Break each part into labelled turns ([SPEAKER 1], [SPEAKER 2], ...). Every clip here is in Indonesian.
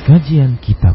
[SPEAKER 1] Kajian Kitab.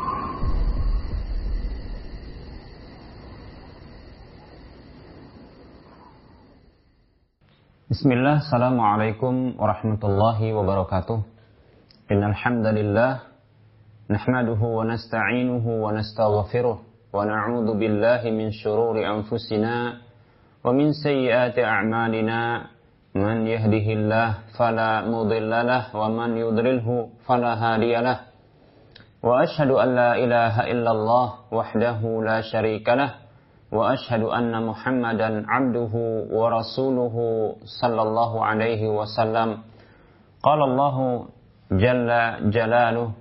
[SPEAKER 2] Bismillah, Assalamualaikum warahmatullahi wabarakatuh. Innal hamdalillah nahmaduhu wa nasta'inuhu wa nastaghfiruh wa na'udzu billahi min shururi anfusina wa min sayyiati a'malina. Man yahdihillahu fala mudilla lahu wa man yudlilhu fala hadiya lahu. Wa ashhadu an la ilaha illallah wahdahu la syarika lahu wa ashhadu anna Muhammadan abduhu wa rasuluhu sallallahu alaihi wasallam. Qala Allah jalla jalaluhu,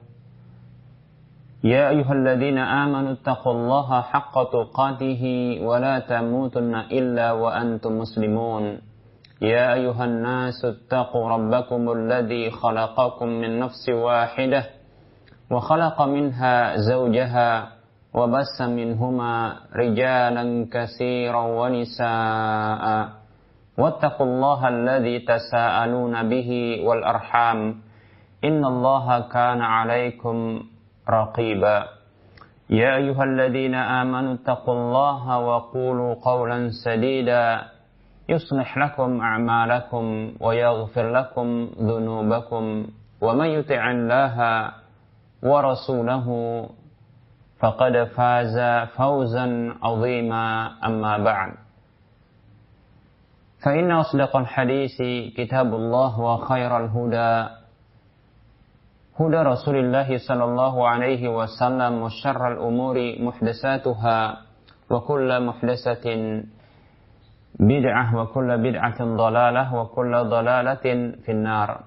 [SPEAKER 2] ya ayyuhalladzina amanu taqullaha haqqa tuqatih wa la tamutunna illa wa antum muslimun. Ya ayyuhan nasu taqu rabbakumul ladzi khalaqakum min nafsin wahidah wa khalaqa minha zawjaha wa bassa minhuma rijalan katsiran wa nisaa'a wattaqullaha alladzi tasaaluna bihi wal arham innallaha kana 'alaikum raqiba. Ya ayyuhalladzina amanu taqullaha wa qulu qawlan sadida yuslih lakum a'malakum wa yaghfir lakum dhunubakum wa may yuti'illaha wa rasulahu faqad faza fawzan 'azima, amma ba'd. Fa inna asdaqal hadisi kitabullah wa khairal huda huda Rasulillah sallallahu alaihi wasallam wa syarral umuri muhdatsatuha wa kullu muhdatsatin bid'ah wa kullu bid'atin dhalalah wa kullu dhalalatin finnar.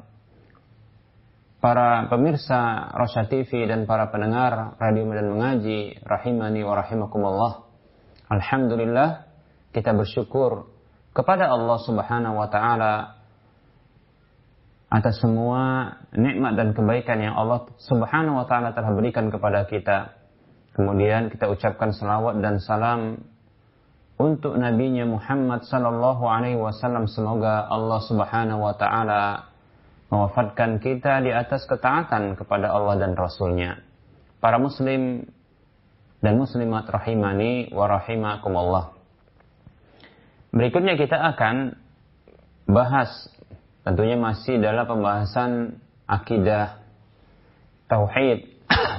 [SPEAKER 2] Para pemirsa Rosya TV dan para pendengar Radio Medan Mengaji rahimani wa rahimakumullah. Alhamdulillah, kita bersyukur kepada Allah Subhanahu wa taala atas semua nikmat dan kebaikan yang Allah Subhanahu wa taala telah berikan kepada kita. Kemudian kita ucapkan salawat dan salam untuk nabinya Muhammad sallallahu alaihi wasallam. Semoga Allah Subhanahu wa taala mewafatkan kita di atas ketaatan kepada Allah dan Rasulnya. Para muslim dan muslimat rahimani wa rahimakumullah. Berikutnya kita akan bahas, tentunya masih dalam pembahasan akidah tauhid.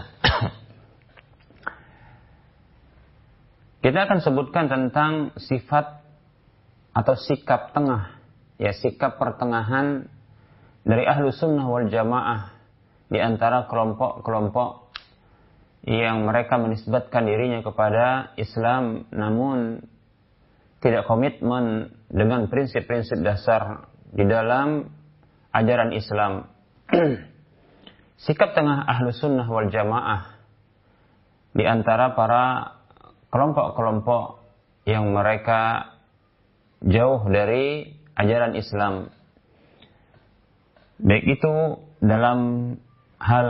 [SPEAKER 2] Kita akan sebutkan tentang sifat atau sikap tengah, ya, sikap pertengahan dari ahlu sunnah wal jamaah di antara kelompok-kelompok yang mereka menisbatkan dirinya kepada Islam namun tidak komitmen dengan prinsip-prinsip dasar di dalam ajaran Islam. Sikap tengah ahlu sunnah wal jamaah di antara para kelompok-kelompok yang mereka jauh dari ajaran Islam, baik itu dalam hal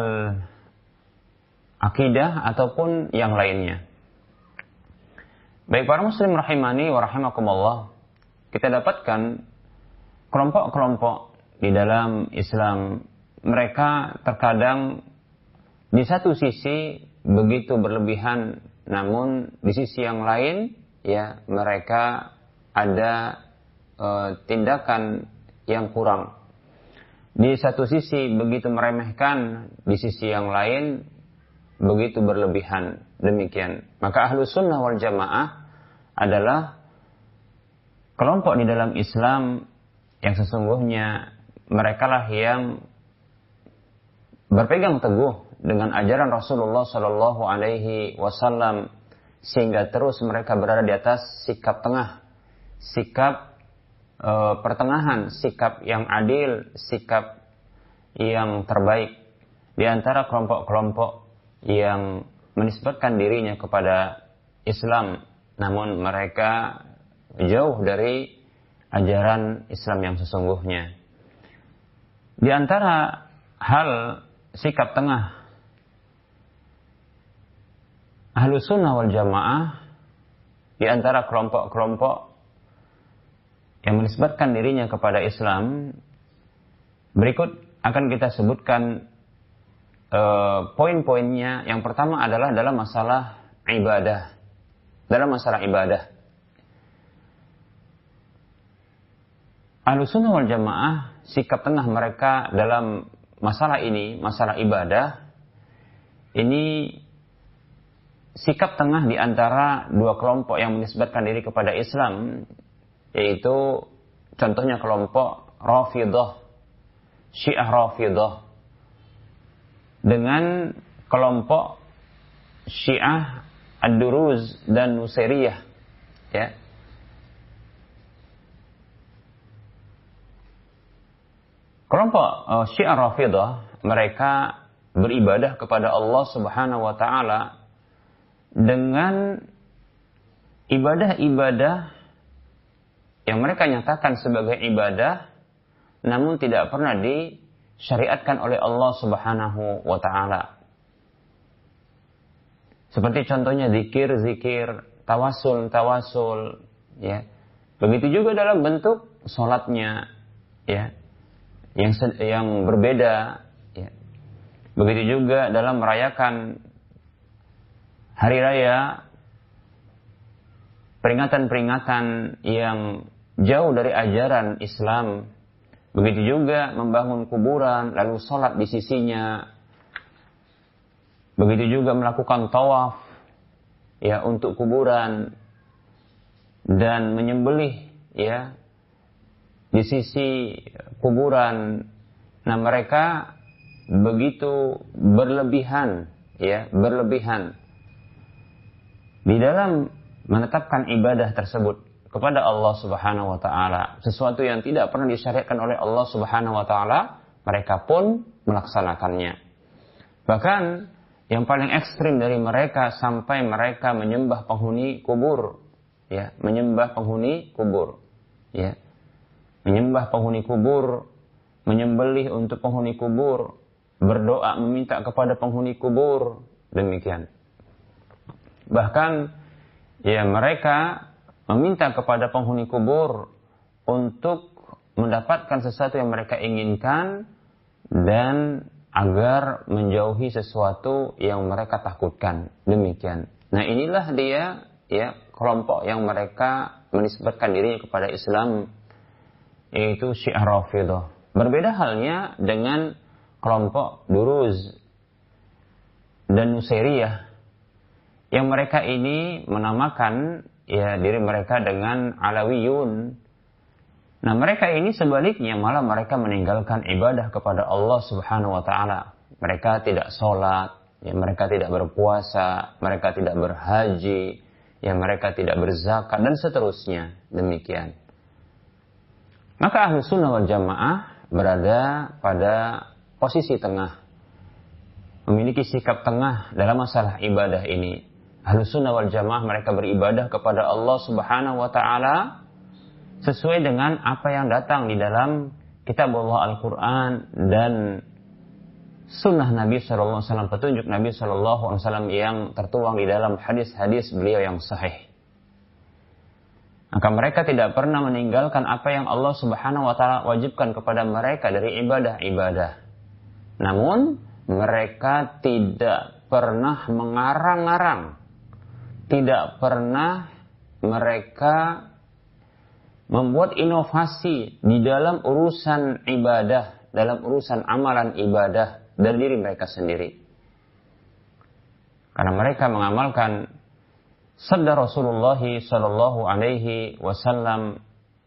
[SPEAKER 2] akidah ataupun yang lainnya. Baik para muslim rahimani wa rahimakumullah, kita dapatkan kelompok-kelompok di dalam Islam, mereka terkadang di satu sisi begitu berlebihan, namun di sisi yang lain ya mereka ada tindakan yang kurang. Di satu sisi begitu meremehkan, di sisi yang lain begitu berlebihan. Demikian. Maka ahlu sunnah wal jamaah adalah kelompok di dalam Islam yang sesungguhnya merekalah yang berpegang teguh dengan ajaran Rasulullah Sallallahu Alaihi Wasallam, sehingga terus mereka berada di atas sikap tengah, sikap pertengahan, sikap yang adil, sikap yang terbaik di antara kelompok-kelompok yang menisbatkan dirinya kepada Islam namun mereka jauh dari ajaran Islam yang sesungguhnya. Di antara hal sikap tengah ahlu sunnah wal jamaah di antara kelompok-kelompok yang menisbatkan dirinya kepada Islam, berikut akan kita sebutkan poin-poinnya. Yang pertama adalah dalam masalah ibadah. Dalam masalah ibadah, Ahlussunnah wal Jamaah, sikap tengah mereka dalam masalah ini, masalah ibadah, ini sikap tengah di antara dua kelompok yang menisbatkan diri kepada Islam, yaitu contohnya kelompok Rafidhah, Syiah Rafidhah, dengan kelompok Syiah Ad-Duruz dan Nusairiyah, ya. Kelompok Syiah Rafidhah, mereka beribadah kepada Allah Subhanahu wa taala dengan ibadah-ibadah yang mereka nyatakan sebagai ibadah, namun tidak pernah disyariatkan oleh Allah Subhanahu wa taala. Seperti contohnya zikir-zikir, tawasul, ya. Begitu juga dalam bentuk salatnya, ya, yang berbeda, ya. Begitu juga dalam merayakan hari raya, peringatan-peringatan yang jauh dari ajaran Islam. Begitu juga membangun kuburan lalu salat di sisinya. Begitu juga melakukan tawaf, ya, untuk kuburan dan menyembelih, ya, di sisi kuburan. Nah, mereka begitu berlebihan, ya, berlebihan di dalam menetapkan ibadah tersebut kepada Allah Subhanahu wa taala, sesuatu yang tidak pernah disyariatkan oleh Allah Subhanahu wa taala, mereka pun melaksanakannya. Bahkan yang paling ekstrim dari mereka sampai mereka menyembah penghuni kubur, ya, menyembah penghuni kubur, ya, menyembah penghuni kubur, menyembelih untuk penghuni kubur, berdoa meminta kepada penghuni kubur, demikian. Bahkan, ya, mereka meminta kepada penghuni kubur untuk mendapatkan sesuatu yang mereka inginkan dan agar menjauhi sesuatu yang mereka takutkan, demikian. Nah, inilah dia, ya, kelompok yang mereka menisbatkan dirinya kepada Islam, yaitu Syiah Rafidhah. Berbeda halnya dengan kelompok Duruz dan Nusairiyah, yang mereka ini menamakan, ya, diri mereka dengan Alawiyun. Nah, mereka ini sebaliknya, malah mereka meninggalkan ibadah kepada Allah Subhanahu wa taala. Mereka tidak sholat, ya, mereka tidak berpuasa, mereka tidak berhaji, ya, mereka tidak berzakat, dan seterusnya, demikian. Maka Ahlussunnah wal Jamaah berada pada posisi tengah, memiliki sikap tengah dalam masalah ibadah ini. Ahlussunnah wal Jamaah mereka beribadah kepada Allah Subhanahu wa taala sesuai dengan apa yang datang di dalam kitab Allah Al-Quran dan sunnah Nabi SAW, petunjuk Nabi SAW yang tertuang di dalam hadis-hadis beliau yang sahih. Maka mereka tidak pernah meninggalkan apa yang Allah Subhanahu wa taala wajibkan kepada mereka dari ibadah-ibadah. Namun mereka tidak pernah mengarang-arang, tidak pernah mereka membuat inovasi di dalam urusan ibadah, dalam urusan amalan ibadah dari diri mereka sendiri. Karena mereka mengamalkan sabda Rasulullah sallallahu alaihi wasallam,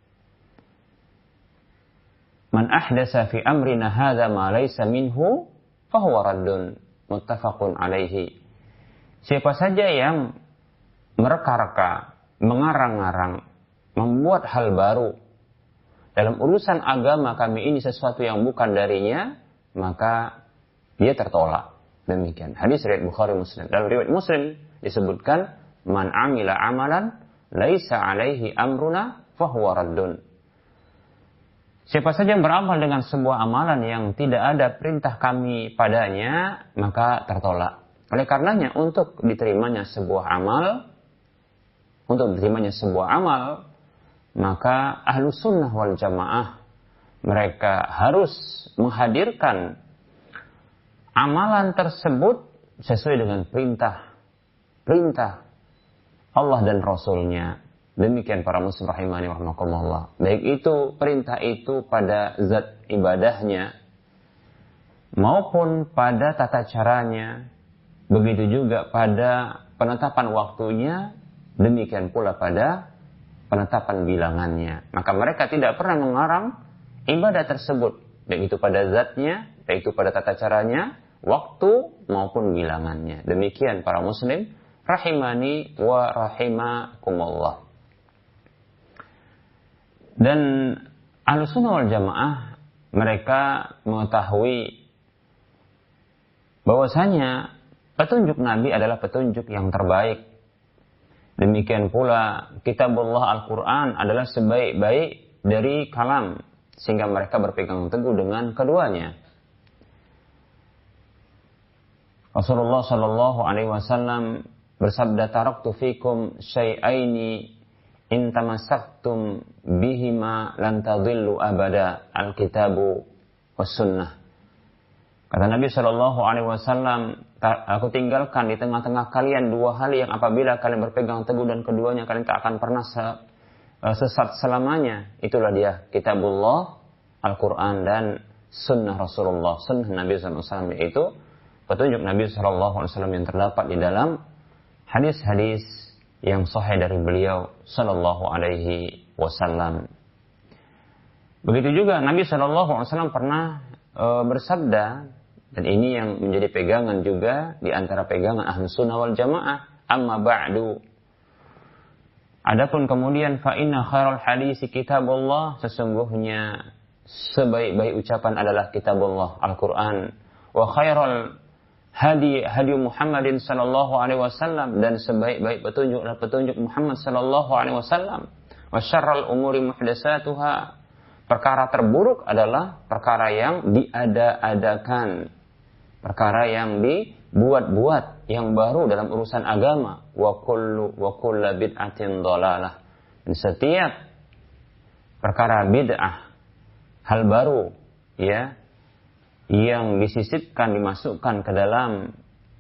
[SPEAKER 2] "Man ahdasa fi amrina hadza ma laysa minhu fahuwa raddun." Muttafaqun alaihi. Siapa saja yang mereka-reka, mengarang-arang, membuat hal baru dalam urusan agama kami ini, sesuatu yang bukan darinya, maka dia tertolak. Demikian. Hadis riwayat Bukhari Muslim. Dalam riwayat Muslim disebutkan, "Man amila amalan laisa alaihi amruna fahuwa raddun." Siapa saja yang beramal dengan sebuah amalan yang tidak ada perintah kami padanya, maka tertolak. Oleh karenanya, untuk diterimanya sebuah amal, maka Ahlussunnah wal Jamaah mereka harus menghadirkan amalan tersebut sesuai dengan perintah Allah dan Rasulnya. Demikian para muslim rahimani wa rahimakumullah. Baik itu perintah itu pada zat ibadahnya maupun pada tata caranya, begitu juga pada penetapan waktunya, demikian pula pada penetapan bilangannya. Maka mereka tidak pernah mengarang ibadah tersebut, baik itu pada zatnya, baik itu pada tata caranya, waktu maupun bilangannya. Demikian para muslim rahimani wa rahimakumullah. Dan Ahlussunnah wal Jamaah mereka mengetahui bahwasanya petunjuk Nabi adalah petunjuk yang terbaik. Demikian pula kitabullah Al-Quran adalah sebaik-baik dari kalam, sehingga mereka berpegang teguh dengan keduanya. Rasulullah sallallahu alaihi wasallam bersabda, taraktu fikum syai'aini in tamassaktum bihima lan tadhillu abada, al-kitabu was sunnah. Kata Nabi sallallahu alaihi wasallam, aku tinggalkan di tengah-tengah kalian dua hal yang apabila kalian berpegang teguh dan keduanya kalian tak akan pernah sesat selamanya. Itulah dia kitabullah Al-Quran dan sunnah Rasulullah, sunnah Nabi sallallahu alaihi wasallam, yaitu petunjuk Nabi sallallahu alaihi wasallam yang terdapat di dalam hadis-hadis yang sahih dari beliau sallallahu alaihi wasallam. Begitu juga Nabi sallallahu alaihi wasallam pernah bersabda, dan ini yang menjadi pegangan juga di antara pegangan Ahlussunnah wal Jamaah, amma ba'du. Adapun kemudian fa inna khairal hadisi kitabullah, sesungguhnya sebaik-baik ucapan adalah kitabullah Al-Qur'an, wa khairal hadi Muhammadin sallallahu alaihi wasallam, dan sebaik-baik petunjuk adalah petunjuk Muhammad sallallahu alaihi wasallam, wa syarrul umuri muhdatsatuha, perkara terburuk adalah perkara yang diada-adakan, perkara yang dibuat-buat, yang baru dalam urusan agama, wa kullu bid'atin dhalalah, dan setiap perkara bid'ah, hal baru ya, yang disisipkan, dimasukkan ke dalam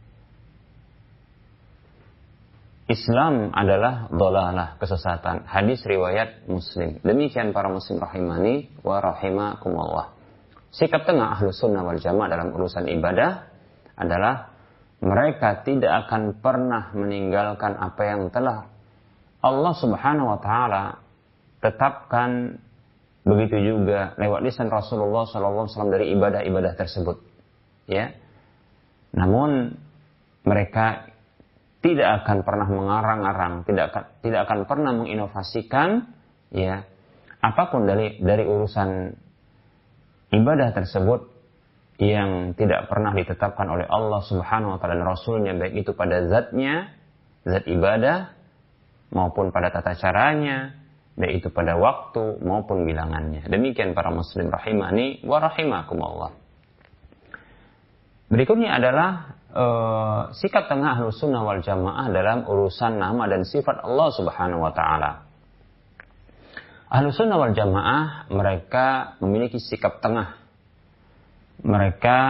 [SPEAKER 2] Islam adalah dhalalah, kesesatan. Hadis riwayat Muslim. Demikian para muslim rahimani wa rahimakumullah. Sikap tengah Ahlussunnah wal Jamaah dalam urusan ibadah adalah mereka tidak akan pernah meninggalkan apa yang telah Allah Subhanahu wa taala tetapkan, begitu juga lewat lisan Rasulullah sallallahu alaihi wasallam dari ibadah-ibadah tersebut. Ya. Namun mereka tidak akan pernah mengarang-arang, tidak akan pernah menginovasikan ya apapun dari urusan ibadah tersebut yang tidak pernah ditetapkan oleh Allah Subhanahu wa taala dan Rasulnya, baik itu pada zatnya, zat ibadah, maupun pada tata caranya, baik itu pada waktu maupun bilangannya. Demikian para muslim rahimani wa rahimakumullah. Berikutnya adalah sikap tengah Ahlussunnah wal Jamaah dalam urusan nama dan sifat Allah Subhanahu wa taala. Ahlussunnah wal Jamaah mereka memiliki sikap tengah. Mereka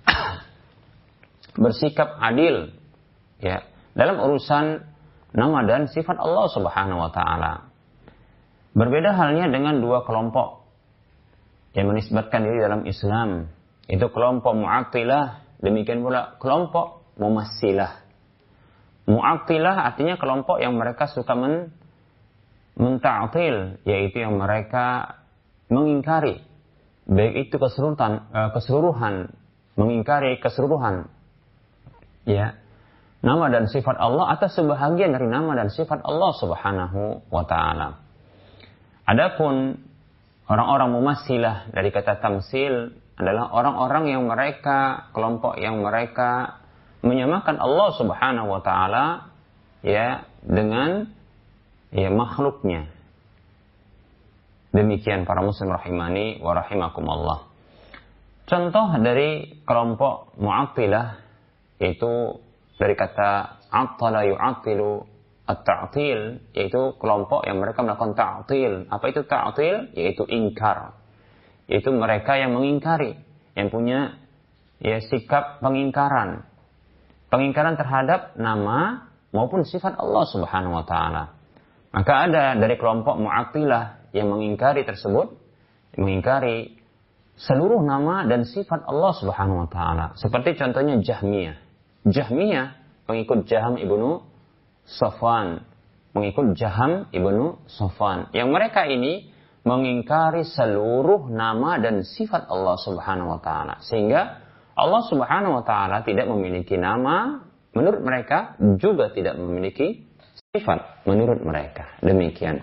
[SPEAKER 2] bersikap adil ya dalam urusan nama dan sifat Allah Subhanahu wa taala. Berbeda halnya dengan dua kelompok yang menisbatkan diri dalam Islam, itu kelompok Mu'attilah, demikian pula kelompok Mumassilah. Mu'attilah artinya kelompok yang mereka suka menta'til, yaitu yang mereka mengingkari baik itu keseluruhan, mengingkari keseluruhan ya nama dan sifat Allah atas sebahagian dari nama dan sifat Allah Subhanahu wa taala. Adapun orang-orang Mumassilah, dari kata tamsil, adalah orang-orang yang mereka, kelompok yang mereka menyamakan Allah Subhanahu wa taala ya dengan ya makhluknya. Demikian para muslim rahimani wa rahimakumullah. Contoh dari kelompok Mu'attilah yaitu dari kata attala yu'attilu, at-ta'til, yaitu kelompok yang mereka melakukan ta'til. Apa itu ta'til? Yaitu ingkar. Yaitu mereka yang mengingkari, yang punya ya sikap pengingkaran. Pengingkaran terhadap nama maupun sifat Allah Subhanahu wa taala. Maka ada dari kelompok Mu'attilah yang mengingkari tersebut, mengingkari seluruh nama dan sifat Allah Subhanahu wa taala. Seperti contohnya Jahmiyah. Jahmiyah pengikut Jaham ibnu Safwan, mengikut Jaham ibnu Safwan. Yang mereka ini mengingkari seluruh nama dan sifat Allah Subhanahu wa taala. Sehingga Allah Subhanahu wa taala tidak memiliki nama menurut mereka, juga tidak memiliki sifat menurut mereka. Demikian.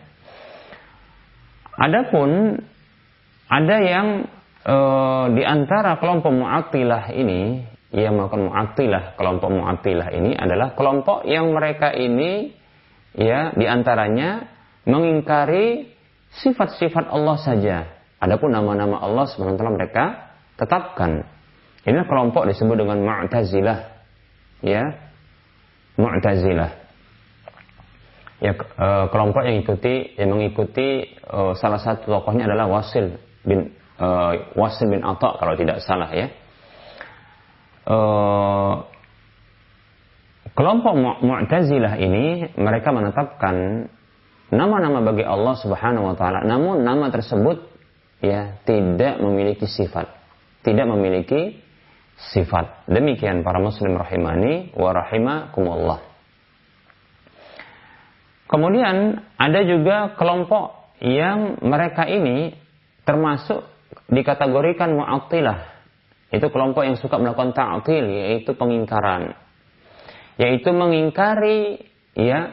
[SPEAKER 2] Adapun ada yang di antara kelompok Mu'attilah ini, yang melakukan Mu'attilah, kelompok Mu'attilah ini adalah kelompok yang mereka ini ya di antaranya mengingkari sifat-sifat Allah saja. Adapun nama-nama Allah sebenarnya mereka tetapkan. Ini kelompok disebut dengan Mu'tazilah. Ya. Mu'tazilah. Ya, kelompok yang mengikuti salah satu tokohnya adalah Wasil bin Atha kalau tidak salah ya. Kelompok Mu'tazilah ini mereka menetapkan nama-nama bagi Allah Subhanahu wa taala, namun nama tersebut ya tidak memiliki sifat. Tidak memiliki sifat. Demikian para muslim rahimani wa rahimakumullah. Kemudian ada juga kelompok yang mereka ini termasuk dikategorikan Mu'attilah. Itu kelompok yang suka melakukan ta'til, yaitu pengingkaran. Yaitu mengingkari ya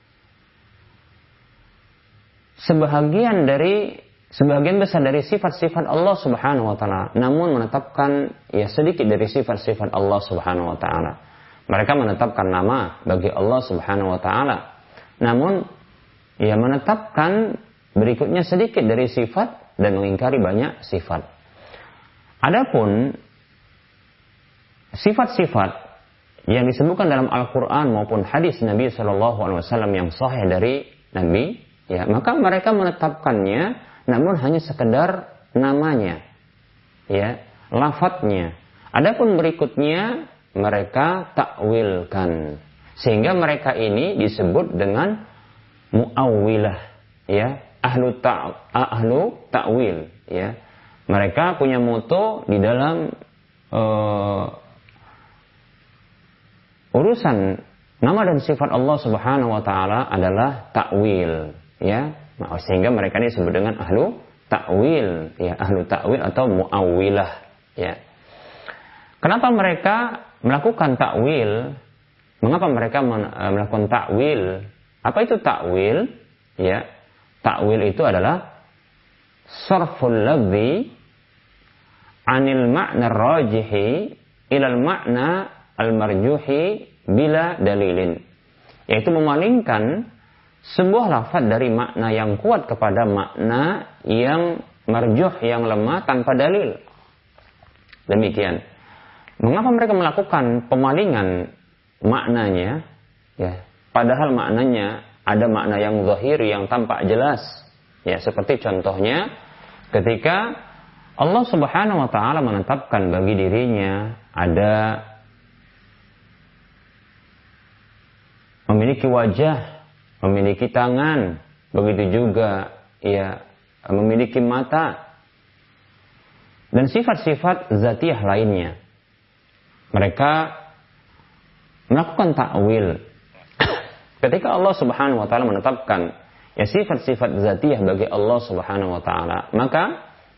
[SPEAKER 2] sebagian besar dari sifat-sifat Allah Subhanahu wa taala, namun menetapkan ya sedikit dari sifat-sifat Allah Subhanahu wa taala. Mereka menetapkan nama bagi Allah Subhanahu wa taala, namun ya menetapkan berikutnya sedikit dari sifat dan mengingkari banyak sifat. Adapun sifat-sifat yang disebutkan dalam Al-Quran maupun hadis Nabi SAW yang sahih dari Nabi, ya maka mereka menetapkannya, namun hanya sekedar namanya, ya lafadznya. Adapun berikutnya mereka takwilkan, sehingga mereka ini disebut dengan mu'awwilah, ya ahlu takwil, ya. Mereka punya moto di dalam urusan nama dan sifat Allah Subhanahu wa taala adalah takwil, ya. Sehingga mereka ini disebut dengan ahlu takwil, ya, ahlu takwil atau mu'awwilah, ya. Kenapa mereka melakukan takwil? Mengapa mereka melakukan takwil? Apa itu takwil? Ya, takwil itu adalah sarful lafzi anil ma'na rajihi ilal ma'na al-marjuhi bila dalilin, yaitu memalingkan sebuah lafaz dari makna yang kuat kepada makna yang marjuh, yang lemah tanpa dalil. Demikian. Mengapa mereka melakukan pemalingan maknanya? Ya, padahal maknanya ada makna yang zahir yang tampak jelas. Ya, seperti contohnya ketika Allah Subhanahu wa taala menetapkan bagi dirinya ada memiliki wajah, memiliki tangan, begitu juga ya memiliki mata dan sifat-sifat zatiyah lainnya. Mereka melakukan takwil. Ketika Allah Subhanahu wa taala menetapkan ya sifat-sifat zatiyah bagi Allah Subhanahu wa taala, maka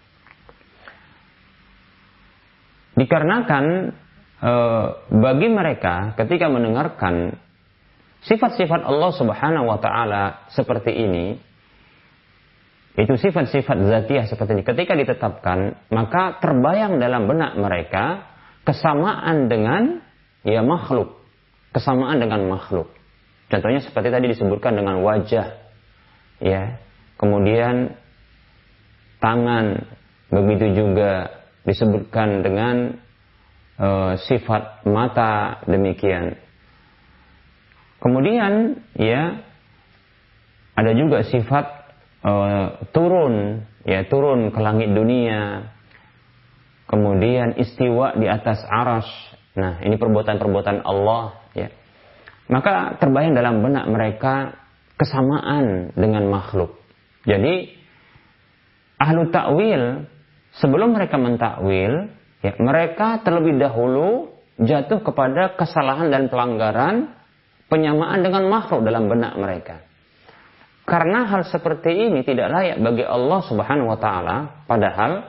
[SPEAKER 2] dikarenakan bagi mereka ketika mendengarkan sifat-sifat Allah Subhanahu wa taala seperti ini, itu sifat-sifat zatiyah seperti ini, ketika ditetapkan, maka terbayang dalam benak mereka kesamaan dengan ya makhluk, kesamaan dengan makhluk. Contohnya seperti tadi disebutkan dengan wajah, ya, kemudian tangan, begitu juga disebutkan dengan sifat mata, demikian. Kemudian ya ada juga sifat turun, ya turun ke langit dunia, kemudian istiwa di atas arasy. Nah, ini perbuatan-perbuatan Allah, ya. Maka terbayang dalam benak mereka kesamaan dengan makhluk. Jadi ahlu ta'wil sebelum mereka mentakwil, ya, mereka terlebih dahulu jatuh kepada kesalahan dan pelanggaran penyamaan dengan makhluk dalam benak mereka. Karena hal seperti ini tidak layak bagi Allah Subhanahu wa taala, padahal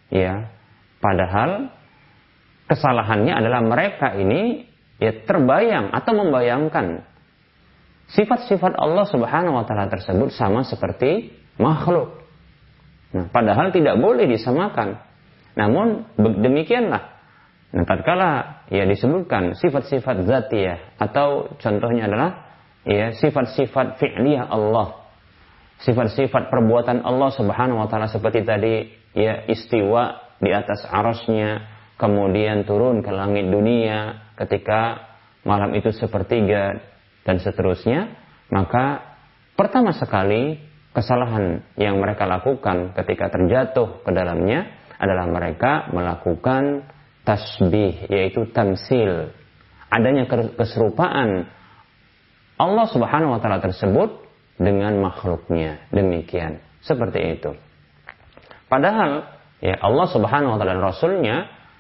[SPEAKER 2] kesalahannya adalah mereka ini ya terbayang atau membayangkan sifat-sifat Allah Subhanahu wa taala tersebut sama seperti makhluk. Nah, padahal tidak boleh disamakan. Namun demikianlah. Nah, tatkala ya disebutkan sifat-sifat zatiyah atau contohnya adalah ya sifat-sifat fi'liyah Allah. Sifat-sifat perbuatan Allah Subhanahu wa taala seperti tadi ya istiwa di atas arasy-Nya, kemudian turun ke langit dunia ketika malam itu sepertiga dan seterusnya, maka pertama sekali kesalahan yang mereka lakukan ketika terjatuh ke dalamnya adalah mereka melakukan tasbih, yaitu tamsil. Adanya keserupaan Allah Subhanahu wa taala tersebut dengan makhluknya. Demikian. Seperti itu. Padahal ya Allah Subhanahu wa taala dan Rasulnya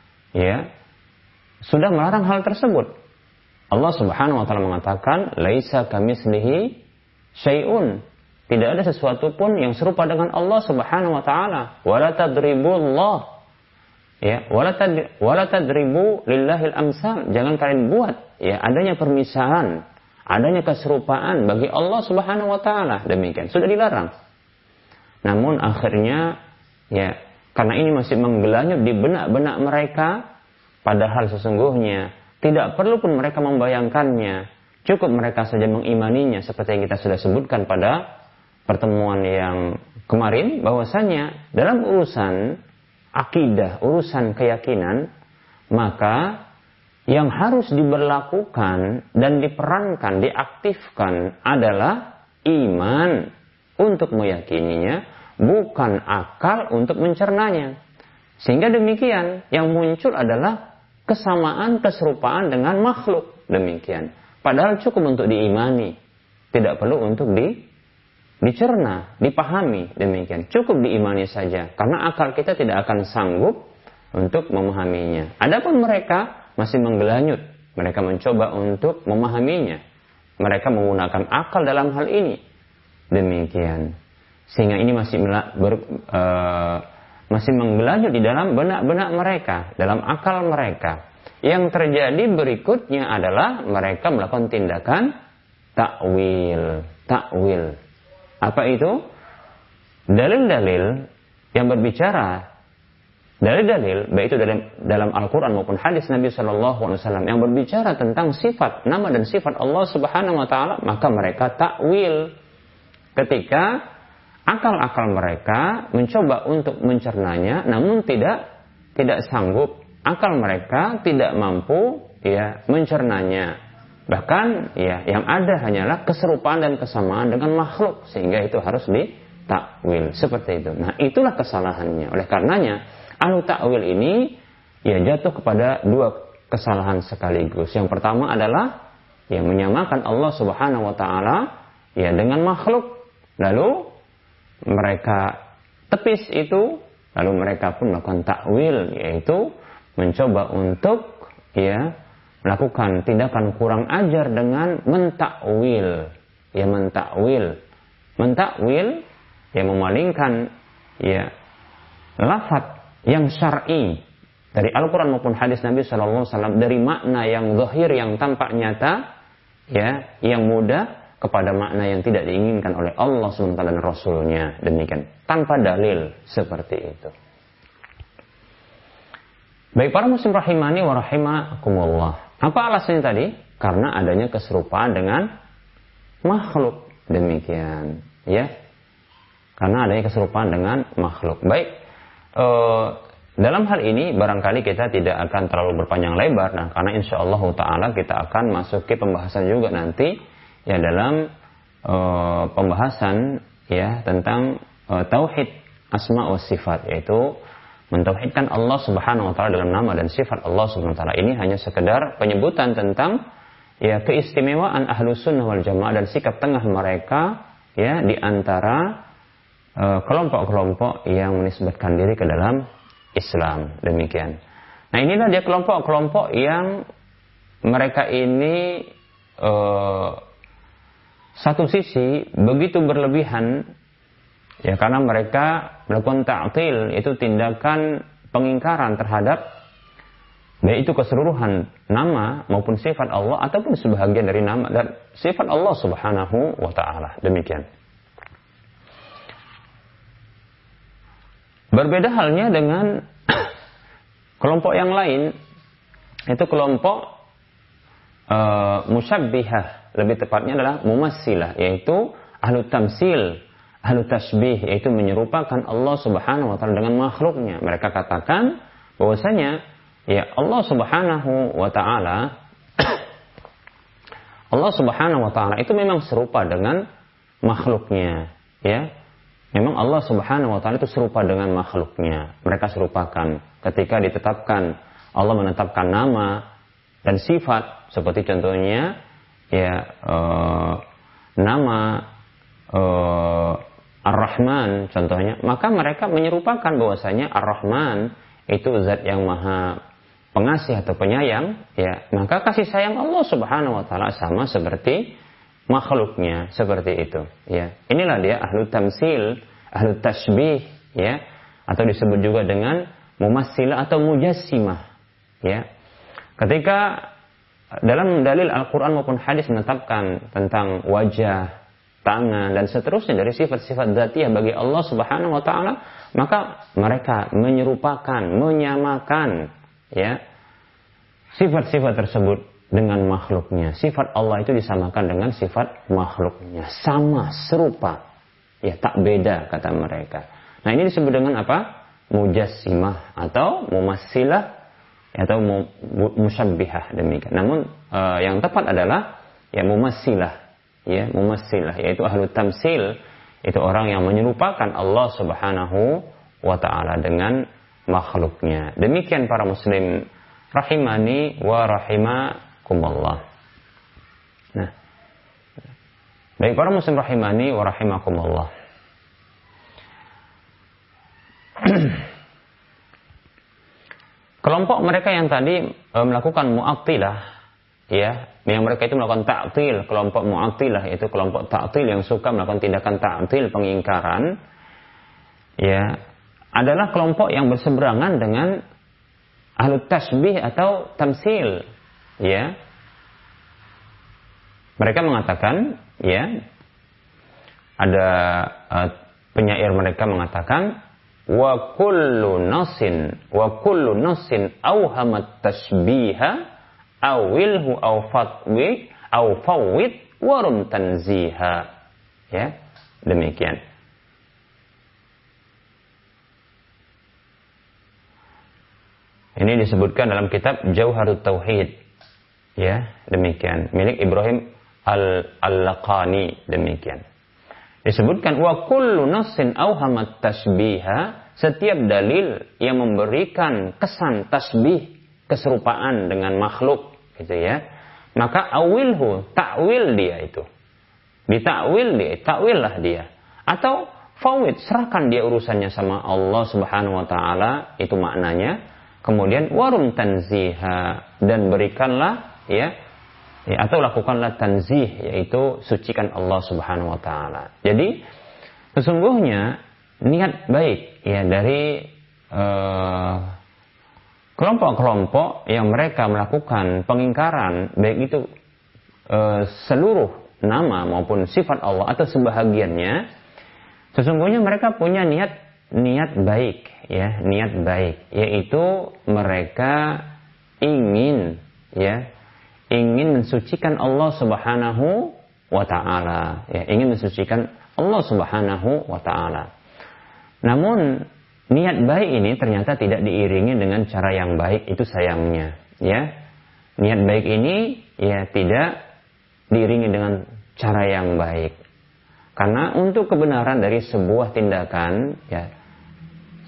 [SPEAKER 2] ya sudah melarang hal tersebut. Allah Subhanahu wa taala mengatakan, "Laisa kamitslihi syai'un." Tidak ada sesuatu pun yang serupa dengan Allah Subhanahu wa taala. Wala tadribullah. Ya, wala tadribu lillahil amsal. Jangan kalian buat ya adanya permisalan, adanya keserupaan bagi Allah Subhanahu wa taala. Demikian, sudah dilarang. Namun akhirnya ya karena ini masih menggelanyut di benak-benak mereka, padahal sesungguhnya tidak perlu pun mereka membayangkannya. Cukup mereka saja mengimaninya seperti yang kita sudah sebutkan pada pertemuan yang kemarin, bahwasanya dalam urusan akidah, urusan keyakinan, maka yang harus diberlakukan dan diperankan, diaktifkan adalah iman untuk meyakininya, bukan akal untuk mencernanya. Sehingga demikian, yang muncul adalah kesamaan, keserupaan dengan makhluk. Demikian. Padahal cukup untuk diimani, tidak perlu untuk dicerna, dipahami. Demikian. Cukup diimani saja, karena akal kita tidak akan sanggup untuk memahaminya. Adapun mereka masih menggelanyut, mereka mencoba untuk memahaminya. Mereka menggunakan akal dalam hal ini. Demikian. Sehingga ini masih menggelanyut di dalam benak-benak mereka, dalam akal mereka. Yang terjadi berikutnya adalah mereka melakukan tindakan takwil. Apa itu? Dalil-dalil yang berbicara, dalil-dalil baik itu dalam Al-Quran maupun hadis Nabi SAW yang berbicara tentang sifat, nama dan sifat Allah Subhanahu wa taala, maka mereka takwil. Ketika akal-akal mereka mencoba untuk mencernanya, namun tidak sanggup. Akal mereka tidak mampu ya mencernanya. Bahkan ya yang ada hanyalah keserupaan dan kesamaan dengan makhluk, sehingga itu harus ditakwil seperti itu. Nah, itulah kesalahannya. Oleh karenanya ahlu takwil ini ya jatuh kepada dua kesalahan sekaligus. Yang pertama adalah ya menyamakan Allah Subhanahu wa taala ya dengan makhluk. Lalu mereka tepis itu, lalu mereka pun melakukan takwil, yaitu mencoba untuk ya melakukan tindakan kurang ajar dengan mentakwil. Ya mentakwil ya memalingkan ya lafaz yang syar'i dari Al-Qur'an maupun hadis Nabi sallallahu alaihi wasallam dari makna yang zahir, yang tampak nyata ya, yang mudah, kepada makna yang tidak diinginkan oleh Allah SWT dan Rasulnya. Demikian, tanpa dalil seperti itu. Baik para muslim rahimani wa rahimakumullah. Apa alasannya tadi? Karena adanya keserupaan dengan makhluk. Demikian, ya. Karena adanya keserupaan dengan makhluk. Baik, dalam hal ini barangkali kita tidak akan terlalu berpanjang lebar. Nah, karena insyaallah ta'ala kita akan masuk ke pembahasan juga nanti ya dalam pembahasan ya tentang tauhid asma wa sifat, yaitu Mentauhidkan Allah Subhanahu wa taala dalam nama dan sifat Allah Subhanahu wa taala ini hanya sekedar penyebutan tentang ya keistimewaan Ahlus Sunnah wal Jamaah dan sikap tengah mereka ya di antara kelompok-kelompok yang menisbatkan diri ke dalam Islam. Demikian. Nah, inilah dia kelompok-kelompok yang mereka ini satu sisi begitu berlebihan ya, karena mereka melakukan ta'til, itu tindakan pengingkaran terhadap baik itu keseluruhan nama maupun sifat Allah ataupun sebahagian dari nama dan sifat Allah Subhanahu wa taala. Demikian. Berbeda halnya dengan kelompok yang lain, itu kelompok musyabbihah, lebih tepatnya adalah mumassilah, yaitu ahlu tamsil, ahlu tasbih, yaitu menyerupakan Allah Subhanahu wa taala dengan makhluknya. Mereka katakan bahwasanya ya Allah Subhanahu wa taala Allah Subhanahu wa taala itu memang serupa dengan makhluknya, ya. Memang Allah Subhanahu wa taala itu serupa dengan makhluknya. Mereka serupakan ketika ditetapkan, Allah menetapkan nama dan sifat seperti contohnya ya nama Ar-Rahman contohnya, maka mereka menyerupakan bahwasanya Ar-Rahman itu zat yang maha pengasih atau penyayang, ya, maka kasih sayang Allah Subhanahu wa taala sama seperti makhluknya, seperti itu, ya. Inilah dia ahlu tamsil, ahlu tasbih, ya, atau disebut juga dengan mumassilah atau mujassimah, ya. Ketika dalam dalil Al-Quran maupun hadis menetapkan tentang wajah, tangan, dan seterusnya dari sifat-sifat dzatiyah bagi Allah Subhanahu wa taala, maka mereka menyerupakan, menyamakan ya sifat-sifat tersebut dengan makhluknya. Sifat Allah itu disamakan dengan sifat makhluknya, sama, serupa, ya, tak beda kata mereka. Nah, ini disebut dengan apa? Mujassimah atau mumassilah atau musyabbihah, demikian. Namun yang tepat adalah ya mumassilah, ya, mumassilah, yaitu ahlu tamsil, itu orang yang menyerupakan Allah Subhanahu wa taala dengan makhluknya. Demikian para muslim rahimani wa rahimakumullah. Nah, baik para muslim rahimani wa rahimakumullah. Kelompok mereka yang tadi melakukan mu'attilah, ya, yang mereka itu melakukan ta'til, kelompok mu'attilah yaitu kelompok ta'til yang suka melakukan tindakan ta'til, pengingkaran, ya, adalah kelompok yang berseberangan dengan ahlu tasbih atau tamsil, ya. Mereka mengatakan, ya, ada penyair mereka mengatakan, wa kullu nasin awhamat tashbiha awilhu aw fawwid warum tanziha, ya, demikian. Ini disebutkan dalam kitab Jauharut Tauhid, ya, demikian, milik Ibrahim Al-Laqani, demikian. Disebutkan wa kullu nassin awhamat tashbiha, setiap dalil yang memberikan kesan tasbih, keserupaan dengan makhluk, gitu ya. Maka awilhu, takwil dia itu. Ditakwil dia, takwillah dia. Atau fawid, serahkan dia urusannya sama Allah Subhanahu wa taala, itu maknanya. Kemudian warum tanziha, dan berikanlah ya, atau lakukanlah tanzih, yaitu sucikan Allah Subhanahu wa taala. Jadi sesungguhnya niat baik ya dari kelompok-kelompok yang mereka melakukan pengingkaran baik itu seluruh nama maupun sifat Allah atau sebahagiannya, sesungguhnya mereka punya niat baik, ya, niat baik, yaitu mereka ingin mensucikan Allah Subhanahu wa taala, ya, ingin mensucikan Allah Subhanahu wa taala. Namun niat baik ini ternyata tidak diiringi dengan cara yang baik, itu sayangnya, ya. Niat baik ini ya tidak diiringi dengan cara yang baik. Karena untuk kebenaran dari sebuah tindakan, ya,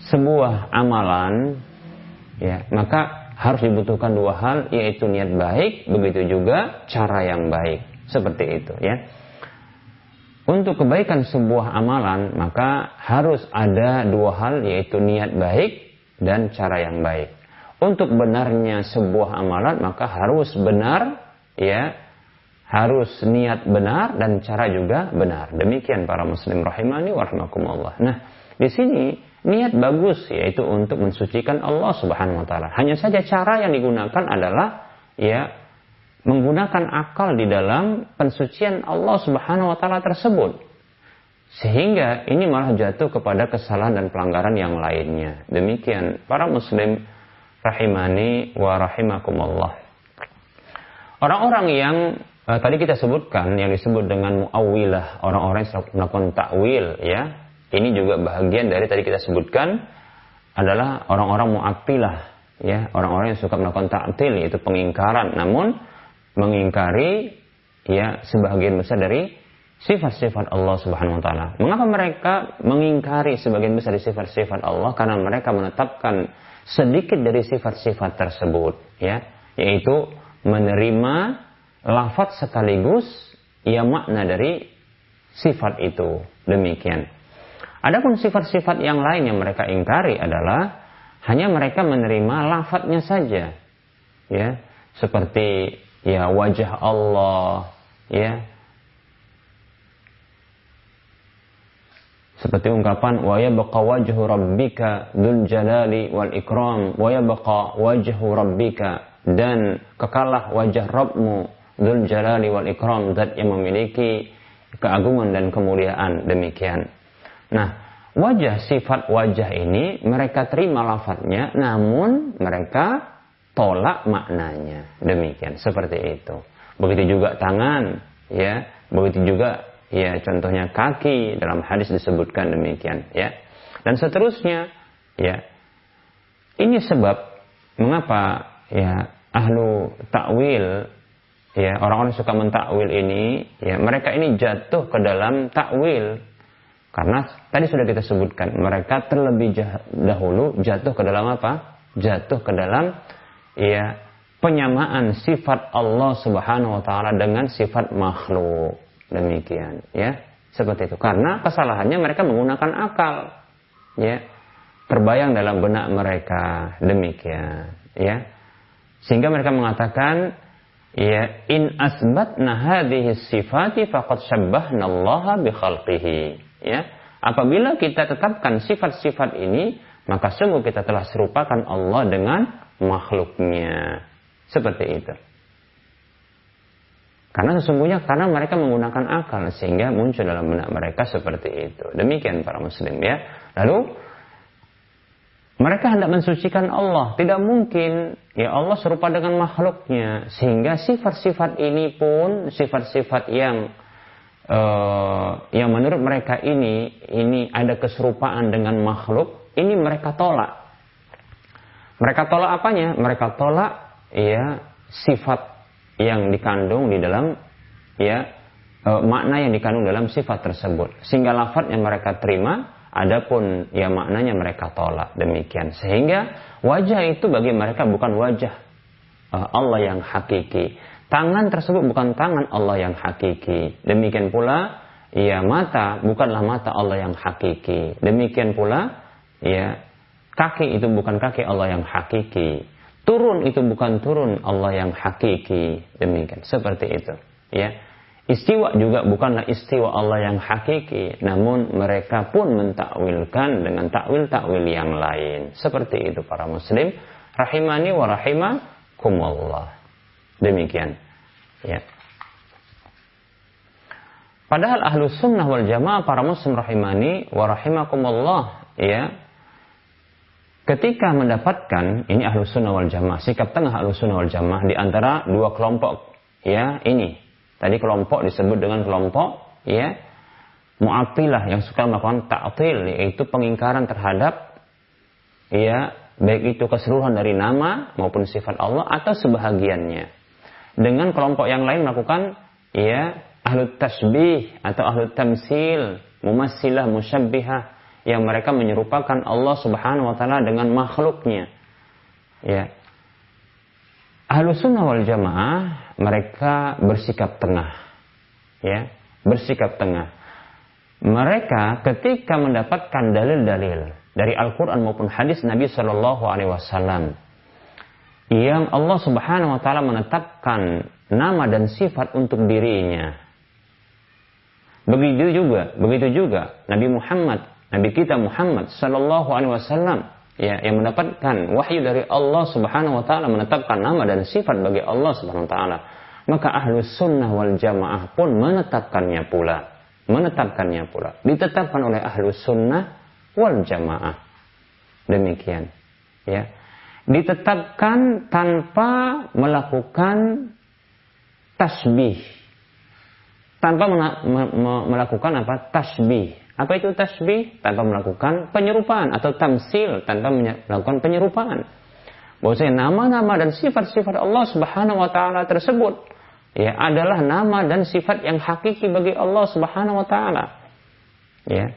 [SPEAKER 2] sebuah amalan, ya, maka harus dibutuhkan dua hal, yaitu niat baik, begitu juga cara yang baik. Seperti itu, ya. Untuk kebaikan sebuah amalan, maka harus ada dua hal, yaitu niat baik dan cara yang baik. Untuk benarnya sebuah amalan, maka harus benar, ya, harus niat benar dan cara juga benar. Demikian para muslim rahimani wa rahimakumullah. Nah, di sini niat bagus, yaitu untuk mensucikan Allah Subhanahu wa taala. Hanya saja cara yang digunakan adalah, ya, menggunakan akal di dalam pensucian Allah Subhanahu wa taala tersebut. Sehingga ini malah jatuh kepada kesalahan dan pelanggaran yang lainnya. Demikian para muslim rahimani wa rahimakumullah. Orang-orang yang tadi kita sebutkan, yang disebut dengan mu'awwilah, orang-orang yang melakukan takwil, ya. Ini juga bagian dari tadi kita sebutkan adalah orang-orang mu'attilah, ya, orang-orang yang suka melakukan ta'til, yaitu pengingkaran, namun mengingkari, ya, sebagian besar dari sifat-sifat Allah Subhanahu wa taala. Mengapa mereka mengingkari sebagian besar dari sifat-sifat Allah? Karena mereka menetapkan sedikit dari sifat-sifat tersebut, ya, yaitu menerima lafaz sekaligus ya makna dari sifat itu. Demikian. Adapun sifat-sifat yang lain yang mereka ingkari adalah hanya mereka menerima lafadznya saja, ya, seperti, ya, wajah Allah, ya, seperti ungkapan wa yabqa wajhu rabbika dzul jalali wal ikram, wa yabqa wajhu rabbika, dan kekalah wajah Rabbmu dzul jalali wal ikram, zat yang memiliki keagungan dan kemuliaan. Demikian. Nah, wajah, sifat wajah ini mereka terima lafadznya, namun mereka tolak maknanya. Demikian, seperti itu. Begitu juga tangan, ya, begitu juga, ya, contohnya kaki, dalam hadis disebutkan demikian, ya, dan seterusnya, ya. Ini sebab mengapa, ya, ahlu takwil, ya, orang-orang suka mentakwil ini, ya, mereka ini jatuh ke dalam takwil. Karena tadi sudah kita sebutkan, mereka terlebih dahulu jatuh ke dalam apa? Jatuh ke dalam, ya, penyamaan sifat Allah Subhanahu wa taala dengan sifat makhluk. Demikian, ya. Seperti itu. Karena kesalahannya mereka menggunakan akal, ya. Terbayang dalam benak mereka. Demikian, ya. Sehingga mereka mengatakan, ya, in asbatna hadhihi sifati faqad syabbahna Allah bi khalqihi. Ya, apabila kita tetapkan sifat-sifat ini, maka sungguh kita telah serupakan Allah dengan makhluknya. Seperti itu. Karena sesungguhnya karena mereka menggunakan akal, sehingga muncul dalam benak mereka seperti itu. Demikian para muslim, ya. Lalu mereka hendak mensucikan Allah. Tidak mungkin, ya, Allah serupa dengan makhluknya. Sehingga sifat-sifat ini pun sifat-sifat yang menurut mereka ini ada keserupaan dengan makhluk, ini mereka tolak. Mereka tolak apanya? Mereka tolak, ya, sifat yang dikandung di dalam, ya, makna yang dikandung dalam sifat tersebut. Sehingga lafaz yang mereka terima, adapun, ya, maknanya mereka tolak. Demikian. Sehingga wajah itu bagi mereka bukan wajah Allah yang hakiki. Tangan tersebut bukan tangan Allah yang hakiki. Demikian pula, ya, mata bukanlah mata Allah yang hakiki. Demikian pula, ya, kaki itu bukan kaki Allah yang hakiki. Turun itu bukan turun Allah yang hakiki. Demikian, seperti itu, ya. Istiwa juga bukanlah istiwa Allah yang hakiki, namun mereka pun mentakwilkan dengan takwil-takwil yang lain. Seperti itu para muslim rahimani wa rahimakumullah. Demikian, ya. Padahal ahlus sunnah wal jamaah, para muslim rahimani wa rahimakumullah, ya, ketika mendapatkan, ini ahlus sunnah wal jamaah, sikap tengah ahlus sunnah wal jamaah di antara dua kelompok, ya, ini. Tadi kelompok disebut dengan kelompok, ya, mu'attilah, yang suka melakukan ta'til, yaitu pengingkaran terhadap, ya, baik itu keseluruhan dari nama maupun sifat Allah atau sebahagiannya. Dengan kelompok yang lain melakukan, ya, ahlu tasbih atau ahlu tamsil, mumassilah, musyabbihah, yang mereka menyerupakan Allah Subhanahu wa taala dengan makhluknya. Ya. Ahlus sunnah wal jamaah mereka bersikap tengah. Ya, bersikap tengah. Mereka ketika mendapatkan dalil-dalil dari Al-Qur'an maupun hadis Nabi sallallahu alaihi wasallam yang Allah Subhanahu wa taala menetapkan nama dan sifat untuk dirinya. Begitu juga Nabi Muhammad, Nabi kita Muhammad sallallahu alaihi wasallam ya, yang mendapatkan wahyu dari Allah Subhanahu wa taala menetapkan nama dan sifat bagi Allah Subhanahu wa taala. Maka Ahlus Sunnah wal Jamaah pun menetapkannya pula. Ditetapkan oleh Ahlus Sunnah wal Jamaah. Demikian, ya. Ditetapkan tanpa melakukan tasbih. Tanpa melakukan apa? Tasbih. Apa itu tasbih? Tanpa melakukan penyerupaan atau tamsil, tanpa melakukan penyerupaan. Bahwasanya nama-nama dan sifat-sifat Allah Subhanahu wa taala tersebut ya adalah nama dan sifat yang hakiki bagi Allah Subhanahu wa taala. Ya.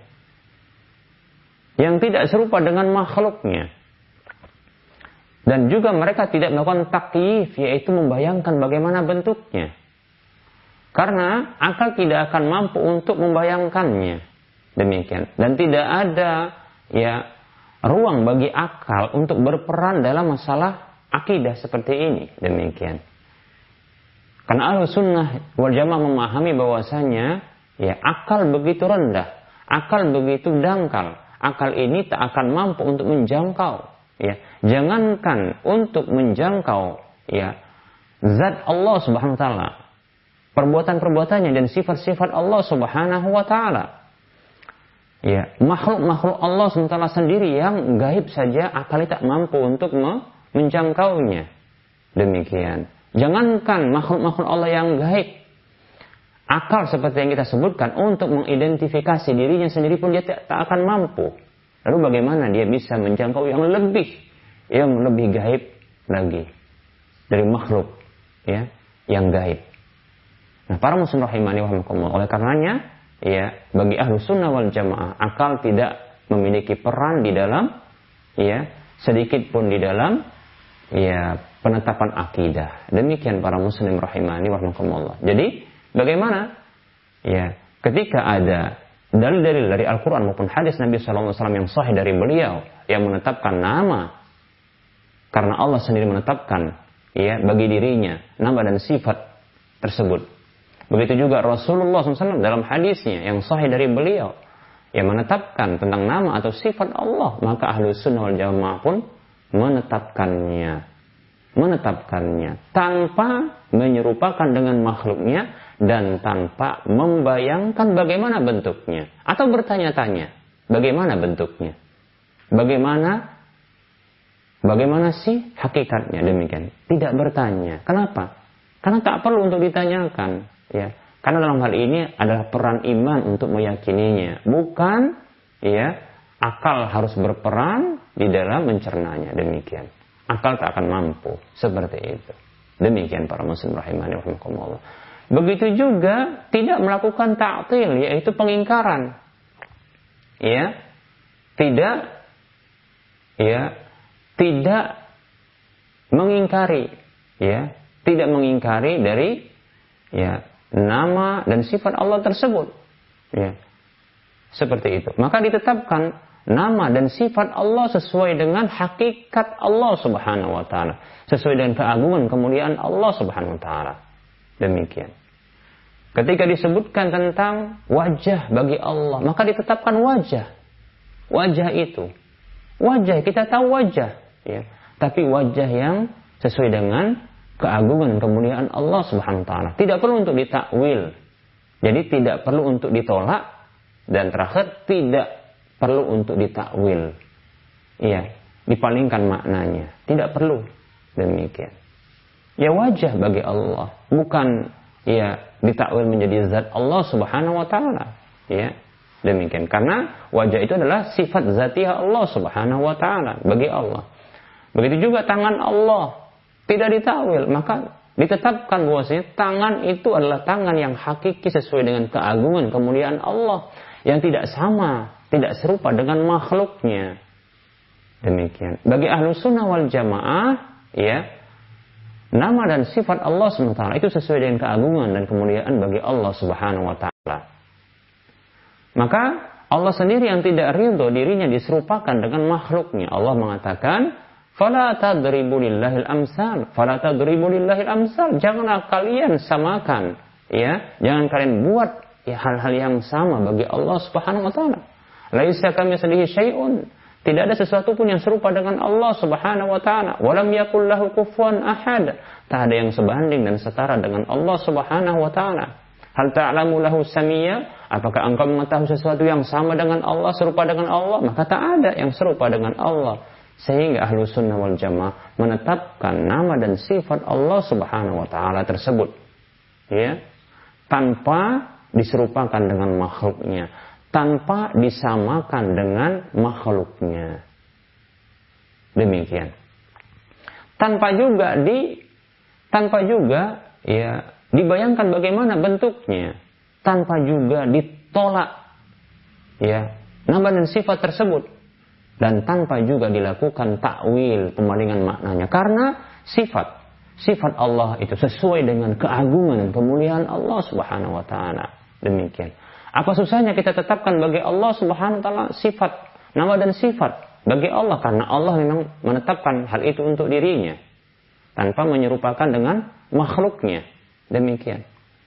[SPEAKER 2] Yang tidak serupa dengan makhluknya. Dan juga mereka tidak melakukan takyif, yaitu membayangkan bagaimana bentuknya. Karena akal tidak akan mampu untuk membayangkannya. Demikian. Dan tidak ada ya ruang bagi akal untuk berperan dalam masalah akidah seperti ini. Demikian. Karena Ahlus Sunnah wal Jamaah memahami bahwasanya ya akal begitu rendah, akal begitu dangkal. Akal ini tak akan mampu untuk menjangkau ya. Jangankan untuk menjangkau ya zat Allah Subhanahu wa taala, perbuatan-perbuatannya dan sifat-sifat Allah Subhanahu wa taala. Ya, makhluk-makhluk Allah SWT sendiri yang gaib saja akal tak mampu untuk menjangkaunya. Demikian. Jangankan makhluk-makhluk Allah yang gaib, akal seperti yang kita sebutkan untuk mengidentifikasi dirinya sendiri pun dia tak akan mampu. Lalu bagaimana dia bisa menjangkau yang lebih gaib lagi dari makhluk ya yang gaib. Nah, para muslim rahimani wa rahimakumullah, oleh karenanya ya bagi Ahlus Sunnah wal Jamaah akal tidak memiliki peran di dalam ya sedikit pun di dalam ya penetapan akidah. Demikian para muslim rahimani wa rahimakumullah. Jadi bagaimana ya ketika ada dalil-dalil dari Al-Qur'an maupun hadis Nabi sallallahu alaihi wasallam yang sahih dari beliau yang menetapkan nama karena Allah sendiri menetapkan ya bagi dirinya nama dan sifat tersebut. Begitu juga Rasulullah SAW dalam hadisnya yang sahih dari beliau yang menetapkan tentang nama atau sifat Allah, maka Ahlus Sunnah wal Jamaah pun menetapkannya tanpa menyerupakan dengan makhluknya dan tanpa membayangkan bagaimana bentuknya atau bertanya-tanya bagaimana bentuknya, bagaimana sih hakikatnya. Demikian, tidak bertanya. Kenapa? Karena tak perlu untuk ditanyakan. Ya, karena dalam hal ini adalah peran iman untuk meyakininya, bukan ya akal harus berperan di dalam mencernanya. Demikian, akal tak akan mampu seperti itu. Demikian para muslim rahimani wa rahimakumullah. Begitu juga tidak melakukan ta'til, yaitu pengingkaran. Ya, tidak mengingkari, ya, tidak mengingkari dari ya nama dan sifat Allah tersebut. Ya. Seperti itu. Maka ditetapkan nama dan sifat Allah sesuai dengan hakikat Allah Subhanahu wa taala, sesuai dengan keagungan kemuliaan Allah Subhanahu wa taala. Demikian. Ketika disebutkan tentang wajah bagi Allah, maka ditetapkan wajah. Wajah itu. Wajah, kita tahu wajah, ya. Tapi wajah yang sesuai dengan keagungan kemuliaan Allah Subhanahu wa taala. Tidak perlu untuk ditakwil. Jadi tidak perlu untuk ditolak dan terakhir tidak perlu untuk ditakwil. Iya, dipalingkan maknanya. Tidak perlu. Demikian. Ya wajah bagi Allah, bukan ya ditakwil menjadi zat Allah Subhanahu wa taala. Ya. Demikian. Karena wajah itu adalah sifat zatiah Allah Subhanahu wa taala bagi Allah. Begitu juga tangan Allah. Tidak ditakwil, maka ditetapkan bahwasanya tangan itu adalah tangan yang hakiki sesuai dengan keagungan kemuliaan Allah yang tidak sama tidak serupa dengan makhluknya. Demikian. Bagi Ahlus Sunnah wal Jamaah, ya, nama dan sifat Allah SWT itu sesuai dengan keagungan dan kemuliaan bagi Allah Subhanahu wa taala. Maka Allah sendiri yang tidak ridho dirinya diserupakan dengan makhluknya. Allah mengatakan, "Fala tadribu lillahil amsal." Fala tadribu lillahil amsal. Janganlah kalian samakan, ya. Jangan kalian buat ya hal-hal yang sama bagi Allah Subhanahu wa taala. Laisa kamitslihi syai'un. Tidak ada sesuatu pun yang serupa dengan Allah Subhanahu wa taala. Walam yakul lahu kufuwan ahad. Tak ada yang sebanding dan setara dengan Allah Subhanahu wa taala. Hal ta'lamu lahu samiyya? Apakah engkau mengetahui sesuatu yang sama dengan Allah, serupa dengan Allah? Maka tak ada yang serupa dengan Allah. Sehingga Ahlus Sunnah wal Jamaah menetapkan nama dan sifat Allah Subhanahu wa taala tersebut, ya, tanpa diserupakan dengan makhluknya, tanpa disamakan dengan makhluknya. Demikian. Tanpa juga ya dibayangkan bagaimana bentuknya, tanpa juga ditolak ya nama dan sifat tersebut, dan tanpa juga dilakukan takwil, pemalingan maknanya, karena sifat Allah itu sesuai dengan keagungan dan kemuliaan Allah Subhanahu wa taala. Demikian. Apa susahnya kita tetapkan bagi Allah Subhanahu wa taala sifat, nama dan sifat bagi Allah, karena Allah memang menetapkan hal itu untuk dirinya tanpa menyerupakan dengan makhluknya. Demikian.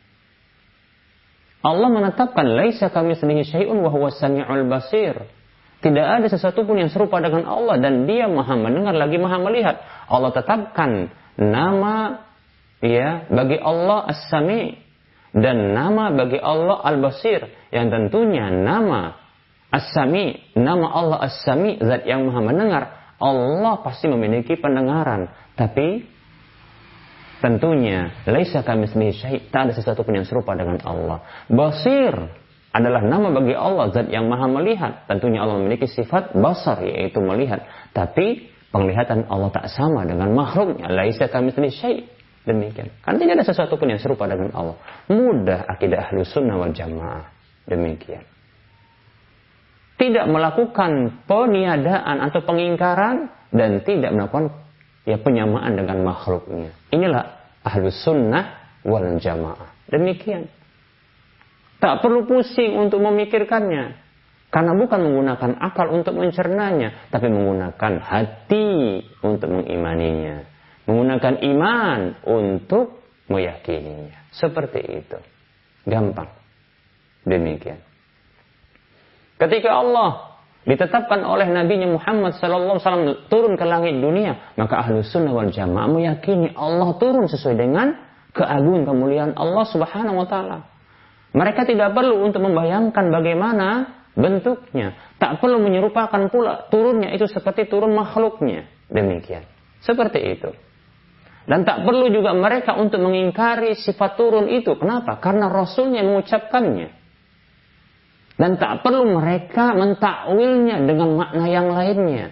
[SPEAKER 2] Allah menetapkan laisa kamitslihi syai'un wa huwas samiul basir. Tidak ada sesuatu pun yang serupa dengan Allah dan Dia Maha mendengar lagi Maha melihat. Allah tetapkan nama ya bagi Allah As-Sami dan nama bagi Allah Al-Basir, yang tentunya nama As-Sami, nama Allah As-Sami, zat yang Maha mendengar. Allah pasti memiliki pendengaran, tapi tentunya laisa kamitslihi syai', tak ada sesuatu pun yang serupa dengan Allah. Basir adalah nama bagi Allah, zat yang Maha melihat. Tentunya Allah memiliki sifat basar, yaitu melihat, tapi penglihatan Allah tak sama dengan makhluknya. Laisa kamitslihi syai'. Demikian. Karena tidak ada sesuatu pun yang serupa dengan Allah. Mudah akidah Ahlus Sunnah wal Jamaah. Demikian. Tidak melakukan peniadaan atau pengingkaran dan tidak melakukan ya penyamaan dengan makhluknya. Inilah Ahlus Sunnah wal Jamaah. Demikian. Tak perlu pusing untuk memikirkannya, karena bukan menggunakan akal untuk mencernanya, tapi menggunakan hati untuk mengimaninya, menggunakan iman untuk meyakininya. Seperti itu. Gampang. Demikian. Ketika Allah ditetapkan oleh Nabi Muhammad SAW turun ke langit dunia, maka Ahlus Sunnah wal Jamaah meyakini Allah turun sesuai dengan keagungan kemuliaan Allah Subhanahu wa taala. Mereka tidak perlu untuk membayangkan bagaimana bentuknya, tak perlu menyerupakan pula turunnya itu seperti turun makhluknya. Demikian. Seperti itu. Dan tak perlu juga mereka untuk mengingkari sifat turun itu. Kenapa? Karena Rasulnya mengucapkannya. Dan tak perlu mereka mentakwilnya dengan makna yang lainnya.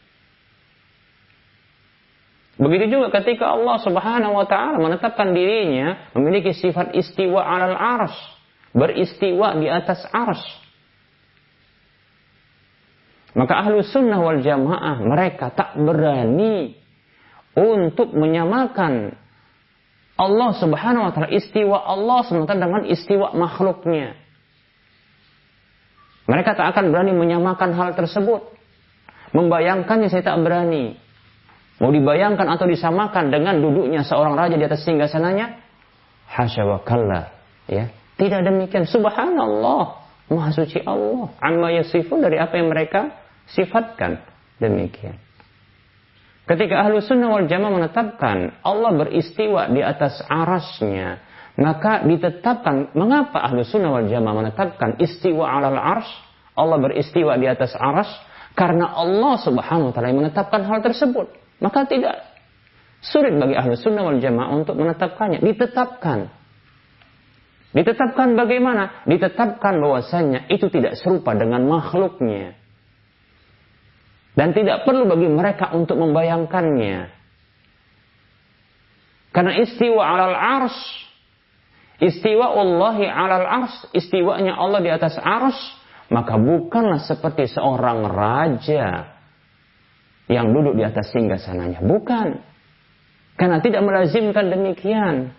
[SPEAKER 2] Begitu juga ketika Allah Subhanahu wa taala menetapkan dirinya memiliki sifat istiwa 'alal 'arsy, beristiwa di atas 'arsy. Maka Ahlus Sunnah wal Jamaah mereka tak berani untuk menyamakan Allah Subhanahu wa taala, istiwa Allah sementara dengan istiwa makhluknya. Mereka tak akan berani menyamakan hal tersebut. Membayangkannya saya tak berani. Mau dibayangkan atau disamakan dengan duduknya seorang raja di atas singgasananya? Hasya wa kalla. Ya. Tidak demikian. Subhanallah. Maha suci Allah. Amma yasifun, dari apa yang mereka sifatkan. Demikian. Ketika Ahlus Sunnah wal Jamaah menetapkan Allah beristiwa di atas arasnya, maka ditetapkan, mengapa Ahlus Sunnah wal Jamaah menetapkan istiwa 'alal 'arsy, Allah beristiwa di atas arasy? Karena Allah Subhanahu wa taala yang menetapkan hal tersebut. Maka tidak sulit bagi Ahlus Sunnah wal Jamaah untuk menetapkannya. Ditetapkan. Ditetapkan bagaimana? Ditetapkan bahwasanya itu tidak serupa dengan makhluknya. Dan tidak perlu bagi mereka untuk membayangkannya. Karena istiwa 'alal 'arsy, istiwa Allahi 'alal 'arsy, istiwanya Allah di atas 'arsy, maka bukanlah seperti seorang raja yang duduk di atas singgasananya. Bukan. Karena tidak melazimkan demikian.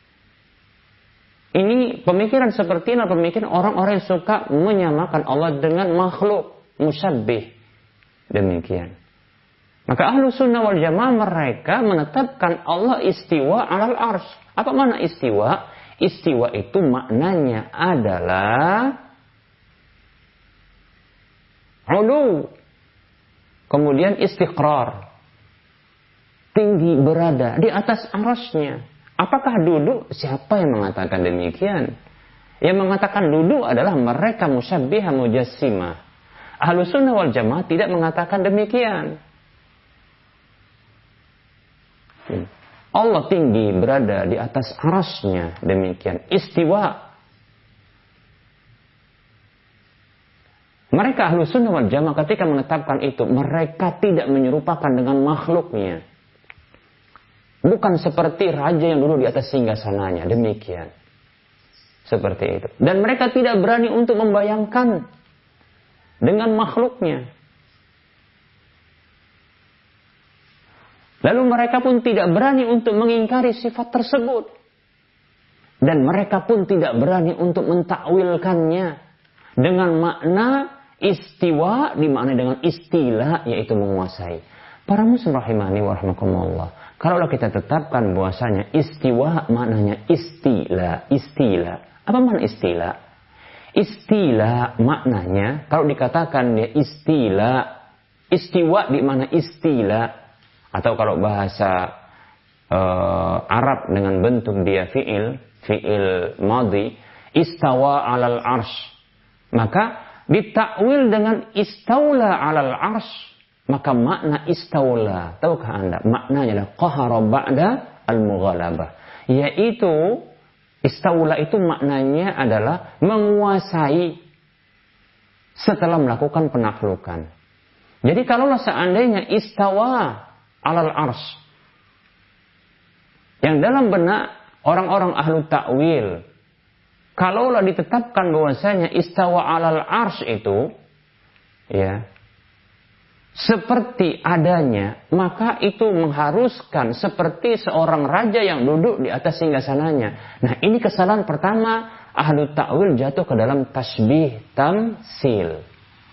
[SPEAKER 2] Ini pemikiran seperti ini, pemikiran orang-orang yang suka menyamakan Allah dengan makhluk, musyabbih. Demikian. Maka ahlu sunnah wal jamaah mereka menetapkan Allah istiwa alal arsy. Apa makna istiwa? Istiwa itu maknanya adalah ulu. Kemudian istiqrar. Tinggi berada di atas arasnya. Apakah duduk? Siapa yang mengatakan demikian? Yang mengatakan duduk adalah mereka musyabbihah mujassimah. Ahlu sunnah wal jamaah tidak mengatakan demikian. Allah tinggi berada di atas arasnya. Demikian. Istiwa. Mereka ahlu sunnah wal jamaah ketika menetapkan itu, mereka tidak menyerupakan dengan makhluknya. Bukan seperti raja yang dulu di atas singgasananya. Demikian. Seperti itu. Dan mereka tidak berani untuk membayangkan dengan makhluknya. Lalu mereka pun tidak berani untuk mengingkari sifat tersebut. Dan mereka pun tidak berani untuk mentakwilkannya dengan makna istiwa dimaknai dengan istilah, yaitu menguasai. Para muslim rahimani wa rahmakumullah. Kalau kita tetapkan bahwasanya istiwa maknanya istilah. Apa makna istilah? Istilah maknanya kalau dikatakan dia istilah, istiwa di mana istilah, atau kalau bahasa Arab dengan bentuk dia fi'il madhi, istawa alal arsh. Maka ditakwil dengan istaula alal arsh. Maka makna istaula, tahukah Anda? Maknanya adalah qahara ba'da al-mughalabah. Yaitu istaula itu maknanya adalah menguasai setelah melakukan penaklukan. Jadi kalaulah seandainya istawa alal arsh, yang dalam benak orang-orang ahlu takwil, kalaulah ditetapkan bahwasanya istawa alal arsh itu ya seperti adanya, maka itu mengharuskan seperti seorang raja yang duduk di atas singgasananya. Nah, ini kesalahan pertama ahlu takwil jatuh ke dalam tasbih tamsil,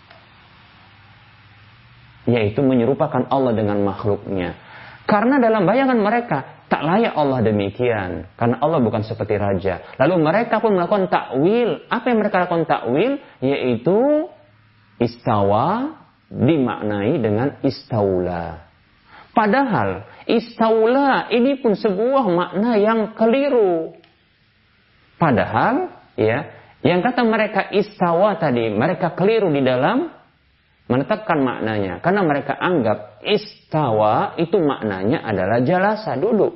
[SPEAKER 2] yaitu menyerupakan Allah dengan makhluknya. Karena dalam bayangan mereka tak layak Allah demikian, karena Allah bukan seperti raja. Lalu mereka pun melakukan takwil. Apa yang mereka lakukan takwil? Yaitu istawa dimaknai dengan istaula. Padahal istaula ini pun sebuah makna yang keliru. Padahal ya, yang kata mereka istawa tadi, mereka keliru di dalam menetapkan maknanya. Karena mereka anggap istawa itu maknanya adalah jalasa, duduk.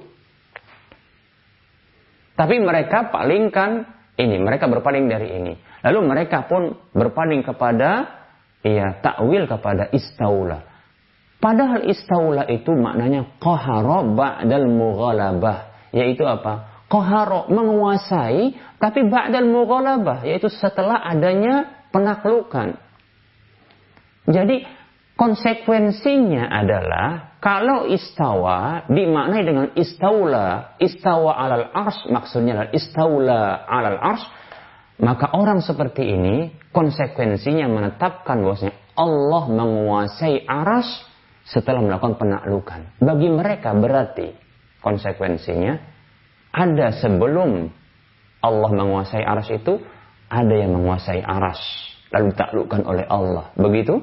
[SPEAKER 2] Tapi mereka palingkan ini, mereka berpaling dari ini. Lalu mereka pun berpaling kepada takwil kepada istaula. Padahal istaula itu maknanya qahara ba'dal mughalabah, yaitu apa? Qahara menguasai, tapi ba'dal mughalabah, yaitu setelah adanya penaklukan. Jadi konsekuensinya adalah kalau istawa dimaknai dengan istaula, istawa alal arsy, maksudnya adalah istaula alal arsy, maka orang seperti ini konsekuensinya menetapkan bahwasanya Allah menguasai arsy setelah melakukan penaklukan. Bagi mereka berarti konsekuensinya ada sebelum Allah menguasai arsy itu, ada yang menguasai arsy lalu ditaklukkan oleh Allah. Begitu?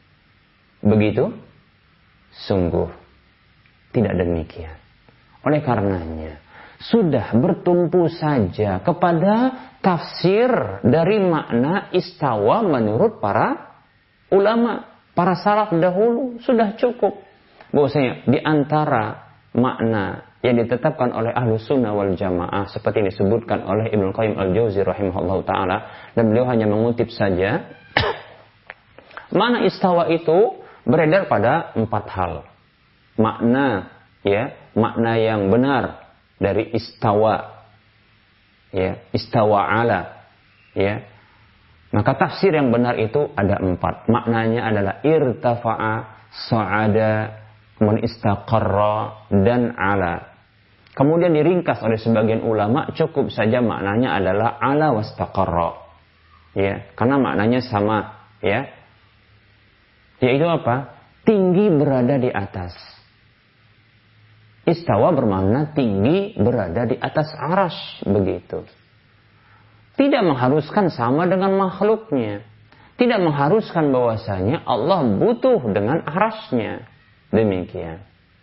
[SPEAKER 2] Sungguh tidak demikian. Oleh karenanya sudah bertumpu saja kepada tafsir dari makna istawa menurut para ulama, para salaf dahulu. Sudah cukup bahwasanya di antara makna yang ditetapkan oleh ahlu sunnah wal jamaah seperti yang disebutkan oleh Ibnu Qayyim al-Jauzi rahimahullah ta'ala, dan beliau hanya mengutip saja, makna istawa itu beredar pada 4 hal. Makna yang benar dari istawa, istawa ala, Maka tafsir yang benar itu ada 4. Maknanya adalah irtafa'a, sa'ada, kemudian istaqarra, dan ala. Kemudian diringkas oleh sebagian ulama, cukup saja maknanya adalah ala wastaqarra. Ya, karena maknanya sama, ya. Yaitu apa? Tinggi berada di atas. Istawa bermakna tinggi berada di atas arasy, begitu. Tidak mengharuskan sama dengan makhluknya. Tidak mengharuskan bahwasanya Allah butuh dengan arasy-Nya. Demikian.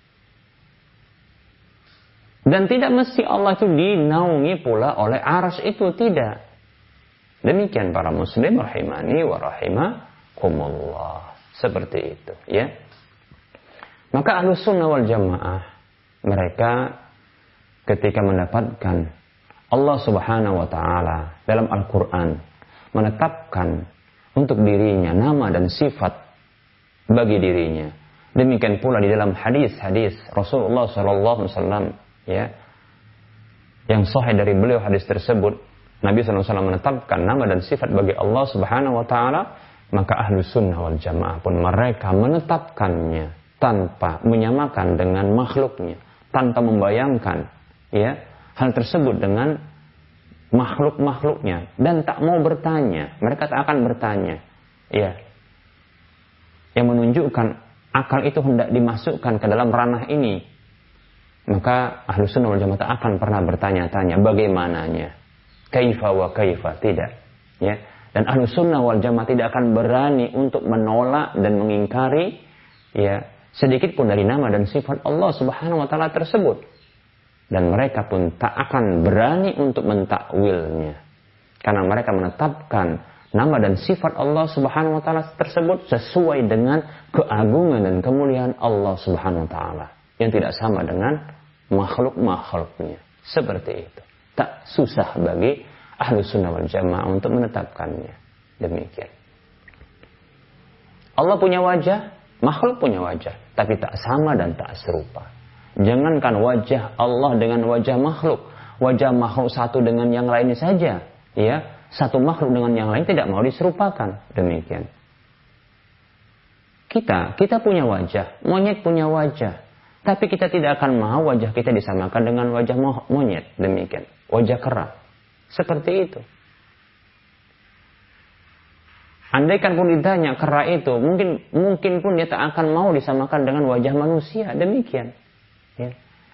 [SPEAKER 2] Dan tidak mesti Allah itu dinaungi pula oleh arasy itu, tidak. Demikian para muslim rahimani wa rahimakumullah. Seperti itu, ya. Maka Ahlus Sunnah wal Jamaah, mereka ketika mendapatkan Allah Subhanahu wa taala dalam Al-Qur'an menetapkan untuk dirinya nama dan sifat bagi dirinya. Demikian pula di dalam hadis-hadis Rasulullah sallallahu alaihi wasallam, ya. Yang sahih dari beliau hadis tersebut, Nabi sallallahu alaihi wasallam menetapkan nama dan sifat bagi Allah Subhanahu wa taala, maka Ahlus Sunnah wal Jamaah pun mereka menetapkannya tanpa menyamakan dengan makhluknya, tanpa membayangkan, ya, hal tersebut dengan makhluk-makhluknya, dan tak mau bertanya. Mereka tak akan bertanya, ya, yang menunjukkan akal itu hendak dimasukkan ke dalam ranah ini. Maka Ahlus Sunnah wal Jamaah tak akan pernah bertanya-tanya bagaimananya, kaifa wa kaifa, tidak, ya. Dan Ahlus Sunnah wal Jamaah tidak akan berani untuk menolak dan mengingkari, ya, sedikit pun dari nama dan sifat Allah Subhanahu wa taala tersebut. Dan mereka pun tak akan berani untuk mentakwilnya. Karena mereka menetapkan nama dan sifat Allah Subhanahu wa taala tersebut sesuai dengan keagungan dan kemuliaan Allah Subhanahu wa taala yang tidak sama dengan makhluk-makhluknya. Seperti itu. Tak susah bagi Ahlus Sunnah wal Jamaah untuk menetapkannya. Demikian. Allah punya wajah, makhluk punya wajah, tapi tak sama dan tak serupa. Jangankan wajah Allah dengan wajah makhluk satu dengan yang lainnya saja, ya, satu makhluk dengan yang lain tidak mau diserupakan. Demikian. Kita punya wajah, monyet punya wajah, tapi kita tidak akan mau wajah kita disamakan dengan wajah monyet. Demikian. Wajah kera. Seperti itu. Andaikan pun ditanya kera itu, mungkin pun dia tak akan mau disamakan dengan wajah manusia. Demikian. Ya.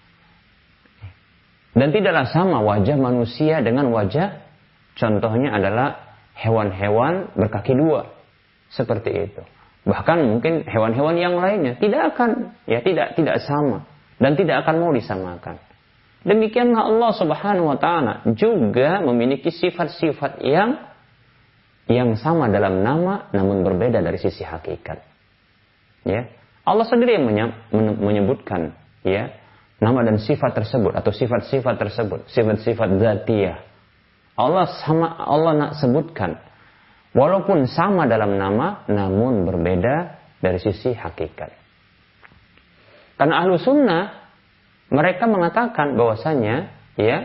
[SPEAKER 2] Dan tidaklah sama wajah manusia dengan wajah, contohnya adalah hewan-hewan berkaki 2. Seperti itu. Bahkan mungkin hewan-hewan yang lainnya tidak akan, ya, tidak sama dan tidak akan mau disamakan. Demikianlah Allah Subhanahu wa taala juga memiliki sifat-sifat yang sama dalam nama namun berbeda dari sisi hakikat. Ya. Allah sendiri yang menyebutkan, ya, nama dan sifat tersebut atau sifat-sifat tersebut, sifat-sifat dzatiyah. Allah nak sebutkan walaupun sama dalam nama namun berbeda dari sisi hakikat. Karena Ahlus Sunnah mereka mengatakan bahwasanya, ya,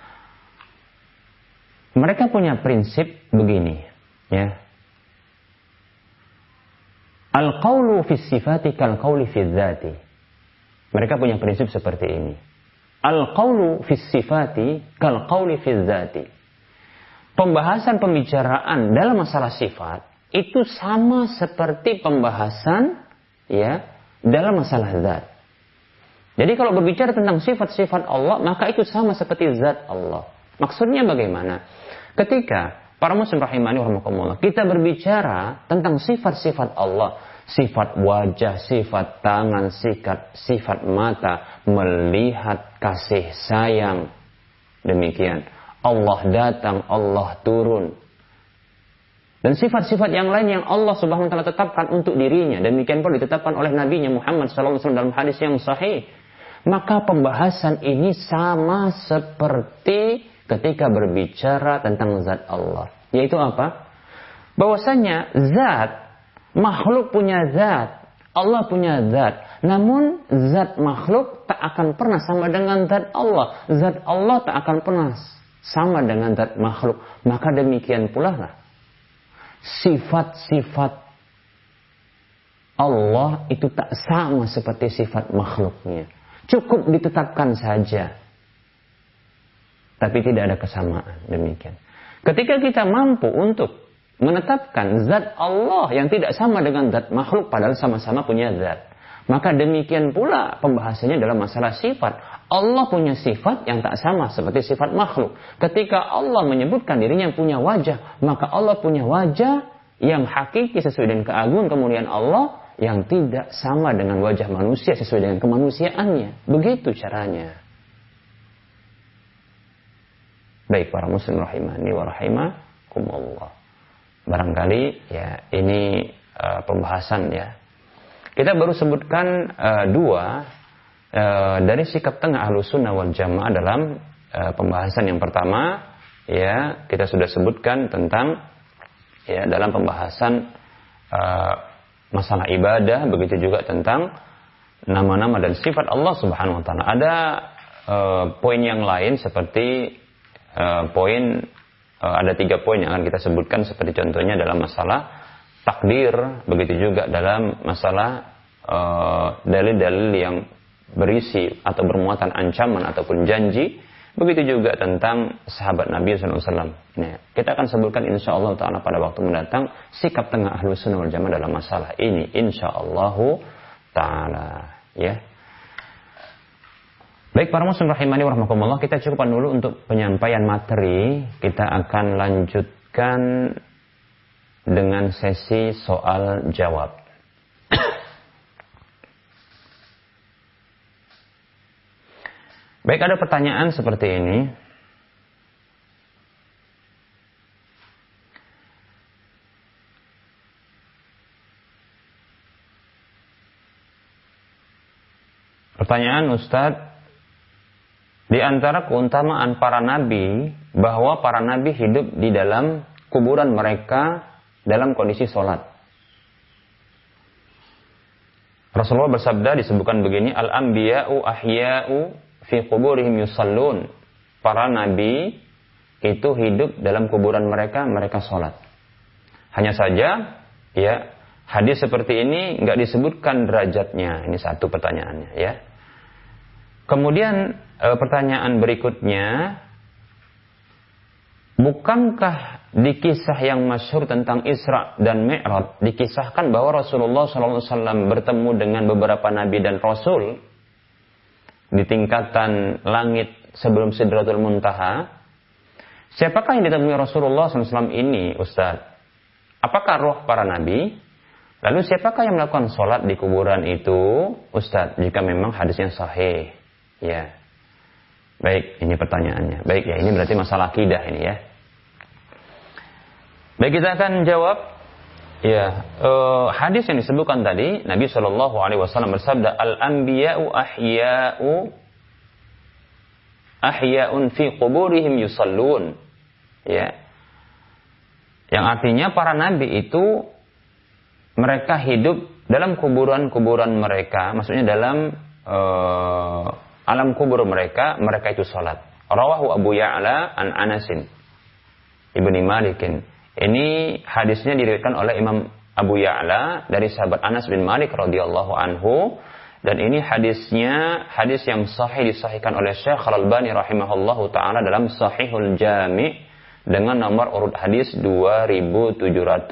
[SPEAKER 2] mereka punya prinsip begini, ya. Al-qawlu fi sifati kal-qawli fi dzati. Mereka punya prinsip seperti ini. Al-qawlu fi sifati kal-qawli fi dzati. Pembicaraan dalam masalah sifat itu sama seperti pembahasan, ya, dalam masalah zat. Jadi kalau berbicara tentang sifat-sifat Allah, maka itu sama seperti zat Allah. Maksudnya bagaimana? Ketika para muslim rahimani rahimakumullah, kita berbicara tentang sifat-sifat Allah, sifat wajah, sifat tangan, sifat mata, melihat, kasih sayang. Demikian. Allah datang, Allah turun. Dan sifat-sifat yang lain yang Allah Subhanahu wa taala tetapkan untuk dirinya, demikian pula ditetapkan oleh Nabi-Nya Muhammad sallallahu alaihi wasallam dalam hadis yang sahih. Maka pembahasan ini sama seperti ketika berbicara tentang zat Allah. Yaitu apa? Bahwasanya zat, makhluk punya zat, Allah punya zat. Namun zat makhluk tak akan pernah sama dengan zat Allah. Zat Allah tak akan pernah sama dengan zat makhluk. Maka demikian pula lah sifat-sifat Allah itu tak sama seperti sifat makhluknya. Cukup ditetapkan saja. Tapi tidak ada kesamaan. Demikian. Ketika kita mampu untuk menetapkan zat Allah yang tidak sama dengan zat makhluk padahal sama-sama punya zat. Maka demikian pula pembahasannya dalam masalah sifat. Allah punya sifat yang tak sama seperti sifat makhluk. Ketika Allah menyebutkan dirinya punya wajah, maka Allah punya wajah yang hakiki sesuai dengan keagungan kemuliaan Allah yang tidak sama dengan wajah manusia sesuai dengan kemanusiaannya. Begitu caranya. Baik para muslim rahimani wa rahimakumullah. Barangkali ya ini pembahasan ya. Kita baru sebutkan dua dari sikap tengah Ahlussunnah wal Jamaah dalam pembahasan yang pertama ya kita sudah sebutkan tentang ya dalam pembahasan masalah ibadah, begitu juga tentang nama-nama dan sifat Allah Subhanahu wa taala. Ada poin yang lain seperti ada 3 poin yang akan kita sebutkan seperti contohnya dalam masalah takdir, begitu juga dalam masalah dalil-dalil yang berisi atau bermuatan ancaman ataupun janji, begitu juga tentang sahabat Nabi SAW. Nah, kita akan sebutkan insyaallah ta'ala pada waktu mendatang sikap tengah Ahlussunnah wal Jamaah dalam masalah ini insyaallah ta'ala ya. Baik para muslim rahimani wa rahmakumullah, kita cukupkan dulu untuk penyampaian materi. Kita akan lanjutkan dengan sesi soal jawab. Baik, ada pertanyaan seperti ini. Pertanyaan Ustadz, di antara keutamaan para nabi bahwa para nabi hidup di dalam kuburan mereka dalam kondisi sholat. Rasulullah bersabda disebutkan begini, al-anbiya'u ahya'u fi quburihim yusallun. Para nabi itu hidup dalam kuburan mereka, mereka sholat. Hanya saja, ya, hadis seperti ini nggak disebutkan derajatnya. Ini satu pertanyaannya, ya. Kemudian pertanyaan berikutnya, bukankah di kisah yang masyhur tentang Isra dan Mi'raj dikisahkan bahwa Rasulullah SAW bertemu dengan beberapa nabi dan rasul di tingkatan langit sebelum Sidratul Muntaha? Siapakah yang ditemui Rasulullah SAW ini, Ustaz? Apakah roh para nabi? Lalu siapakah yang melakukan sholat di kuburan itu, Ustaz? Jika memang hadisnya sahih, ya. Baik, ini pertanyaannya. Baik ya, ini berarti masalah akidah ini ya. Baik, kita akan jawab. Ya, hadis yang disebutkan tadi, Nabi SAW bersabda, al-anbiya'u ahya'un fi quburihim yusallun. Ya. Yang artinya para nabi itu mereka hidup dalam kuburan-kuburan mereka, maksudnya dalam alam kubur mereka, mereka itu salat. Rawahu Abu Ya'la an Anasin Ibni Malikin. Ini hadisnya diriwayatkan oleh Imam Abu Ya'la dari sahabat Anas bin Malik radhiyallahu anhu, dan ini hadisnya hadis yang sahih, disahihkan oleh Syekh Al-Albani rahimahullahu taala dalam Sahihul Jami' dengan nomor urut hadis 2790.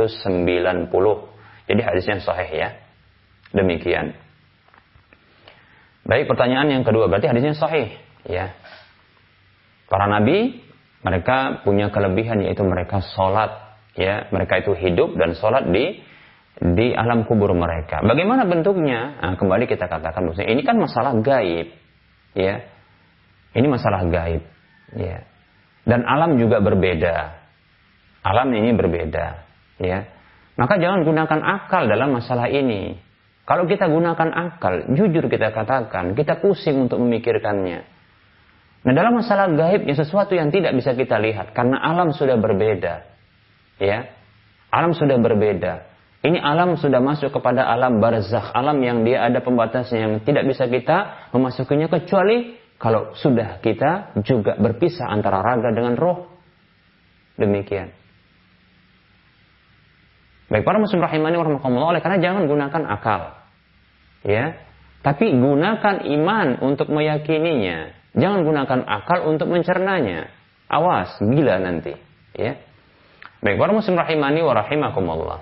[SPEAKER 2] Jadi hadisnya sahih ya. Demikian. Baik, pertanyaan yang kedua, berarti hadisnya sahih ya. Para nabi mereka punya kelebihan, yaitu mereka sholat ya, mereka itu hidup dan sholat di alam kubur mereka. Bagaimana bentuknya? Nah, kembali kita katakan ini kan masalah gaib ya. Ini masalah gaib ya. Dan alam juga berbeda. Alam ini berbeda ya. Maka jangan gunakan akal dalam masalah ini. Kalau kita gunakan akal, jujur kita katakan, kita pusing untuk memikirkannya. Nah, dalam masalah gaib, ya sesuatu yang tidak bisa kita lihat, karena alam sudah berbeda. Ya, alam sudah berbeda. Ini alam sudah masuk kepada alam barzakh, alam yang dia ada pembatasnya, yang tidak bisa kita memasukinya kecuali kalau sudah kita juga berpisah antara raga dengan roh. Demikian. Baik para muslim rahimani wa rahimakumullah, oleh karena jangan gunakan akal. Ya. Tapi gunakan iman untuk meyakininya. Jangan gunakan akal untuk mencernanya. Awas, gila nanti. Ya. Baik para muslim rahimani wa rahimakumullah.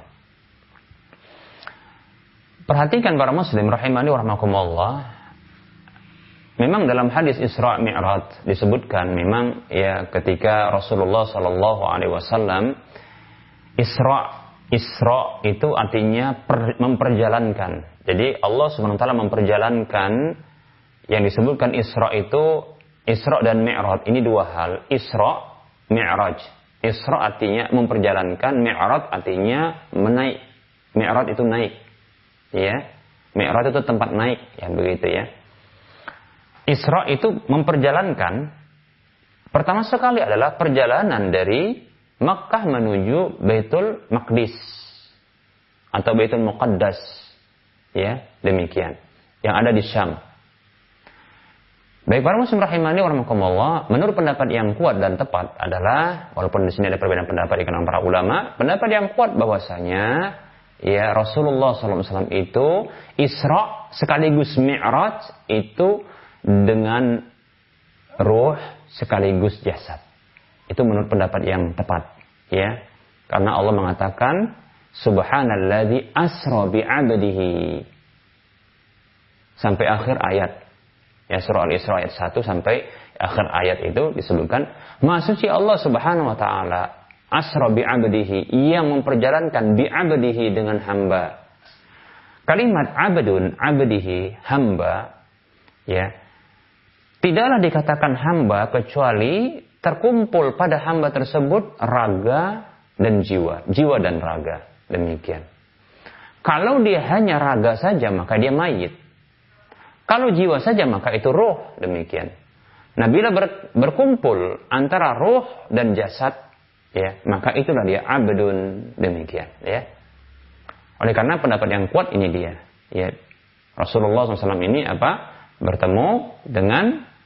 [SPEAKER 2] Perhatikan para muslim rahimani wa rahimakumullah. Memang dalam hadis Isra Mi'raj disebutkan memang ya ketika Rasulullah sallallahu alaihi wasallam Isra itu artinya memperjalankan. Jadi Allah SWT memperjalankan yang disebutkan Isra itu, Isra dan Mi'raj. Ini dua hal. Isra, Mi'raj. Isra artinya memperjalankan, Mi'raj artinya menaik. Mi'raj itu naik. Ya. Mi'raj itu tempat naik, ya begitu ya. Isra itu memperjalankan. Pertama sekali adalah perjalanan dari Makkah menuju Baitul Maqdis atau Baitul Muqaddas, ya demikian, yang ada di Syam. Baik para muslim rahimani wa rahimakumullah, menurut pendapat yang kuat dan tepat adalah, walaupun di sini ada perbedaan pendapat di kalangan para ulama, pendapat yang kuat bahwasanya ya Rasulullah SAW itu Isra sekaligus Mi'raj itu dengan ruh sekaligus jasad. Itu menurut pendapat yang tepat, ya. Karena Allah mengatakan subhanalladzi asra bi 'abdihi sampai akhir ayat. Ya surah Al-Isra ayat 1 sampai akhir ayat itu disebutkan Maha suci Allah Subhanahu wa taala asra bi 'abdihi, yang memperjalankan bi 'abdihi dengan hamba. Kalimat abdun, 'abdihi, hamba, ya. Tidaklah dikatakan hamba kecuali terkumpul pada hamba tersebut raga dan jiwa. Jiwa dan raga. Demikian. Kalau dia hanya raga saja, maka dia mayit. Kalau jiwa saja, maka itu roh. Demikian. Nah, bila berkumpul antara roh dan jasad, ya, maka itulah dia abdun. Demikian. Ya. Oleh karena pendapat yang kuat ini dia. Ya. Rasulullah SAW ini bertemu dengan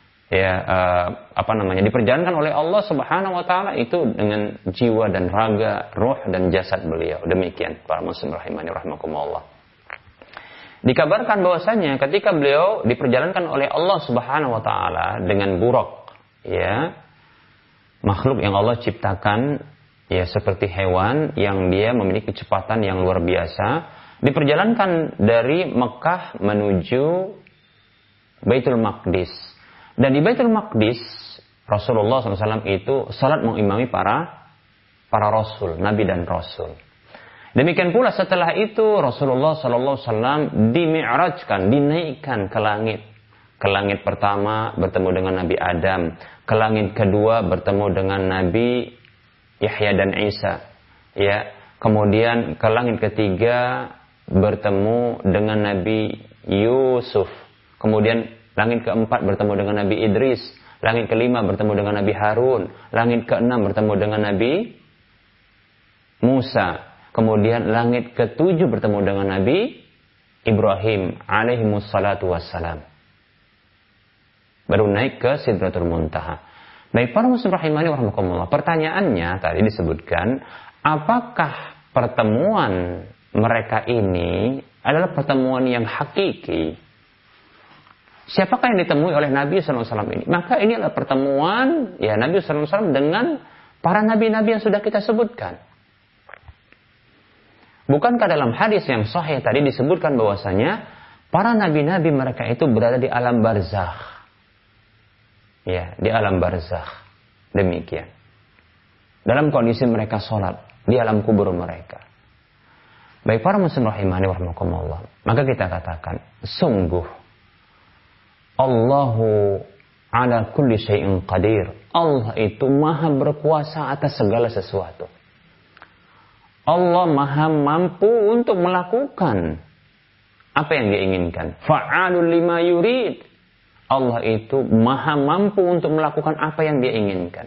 [SPEAKER 2] diperjalankan oleh Allah Subhanahu wa taala itu dengan jiwa dan raga, roh dan jasad beliau. Demikian para muslim rahimani rahimakumullah. Dikabarkan bahwasanya ketika beliau diperjalankan oleh Allah Subhanahu wa taala dengan buraq, ya, makhluk yang Allah ciptakan ya seperti hewan yang dia memiliki kecepatan yang luar biasa, diperjalankan dari Mekah menuju Baitul Maqdis. Dan di Baitul Maqdis, Rasulullah SAW itu salat mengimami para rasul, nabi dan rasul. Demikian pula setelah itu Rasulullah SAW dimi'rajkan, dinaikkan ke langit. Ke langit pertama bertemu dengan Nabi Adam. Ke langit kedua bertemu dengan Nabi Yahya dan Isa. Ya. Kemudian ke langit ketiga bertemu dengan Nabi Yusuf. Kemudian langit keempat bertemu dengan Nabi Idris. Langit kelima bertemu dengan Nabi Harun. Langit keenam bertemu dengan Nabi Musa. Kemudian langit ketujuh bertemu dengan Nabi Ibrahim alaihimussalatu wassalam. Baru naik ke Sidratul Muntaha. Baik para muslim rahimani wa rahimakumullah. Pertanyaannya tadi disebutkan, apakah pertemuan mereka ini adalah pertemuan yang hakiki? Siapakah yang ditemui oleh Nabi SAW ini? Maka ini adalah pertemuan ya Nabi SAW dengan para nabi-nabi yang sudah kita sebutkan. Bukankah dalam hadis yang sahih tadi disebutkan bahwasanya para nabi-nabi mereka itu berada di alam barzakh. Ya, di alam barzakh. Demikian. Dalam kondisi mereka sholat di alam kubur mereka. Baik para muslim rahimani wa rahimakumullah. Maka kita katakan, sungguh Allahu ala kulli syai'in qadir. Allah itu maha berkuasa atas segala sesuatu. Allah maha mampu untuk melakukan apa yang dia inginkan. Fa'alul lima yurid. Allah itu maha mampu untuk melakukan apa yang dia inginkan.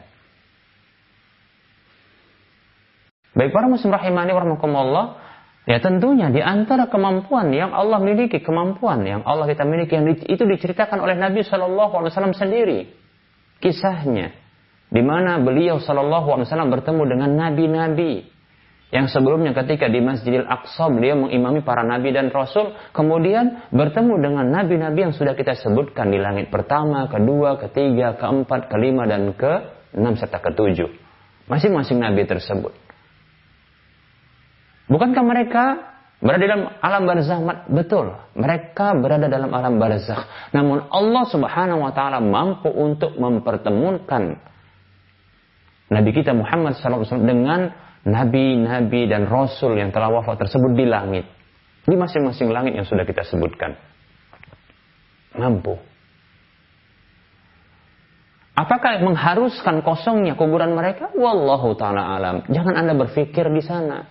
[SPEAKER 2] Baik para muslim rahimani wa rahimakumullah, ya tentunya di antara kemampuan yang Allah miliki, kemampuan yang Allah kita miliki, yang itu diceritakan oleh Nabi SAW sendiri. Kisahnya, di mana beliau SAW bertemu dengan nabi-nabi. Yang sebelumnya ketika di Masjidil Aqsa beliau mengimami para nabi dan rasul, kemudian bertemu dengan nabi-nabi yang sudah kita sebutkan di langit pertama, kedua, ketiga, keempat, kelima, dan ke-6 serta ke-7. Masing-masing nabi tersebut. Bukankah mereka berada dalam alam barzakh? Betul, mereka berada dalam alam barzakh. Namun Allah Subhanahu wa taala mampu untuk mempertemukan Nabi kita Muhammad SAW dengan nabi-nabi dan rasul yang telah wafat tersebut di langit. Di masing-masing langit yang sudah kita sebutkan. Mampu. Apakah mengharuskan kosongnya kuburan mereka? Wallahu ta'ala alam. Jangan Anda berpikir di sana.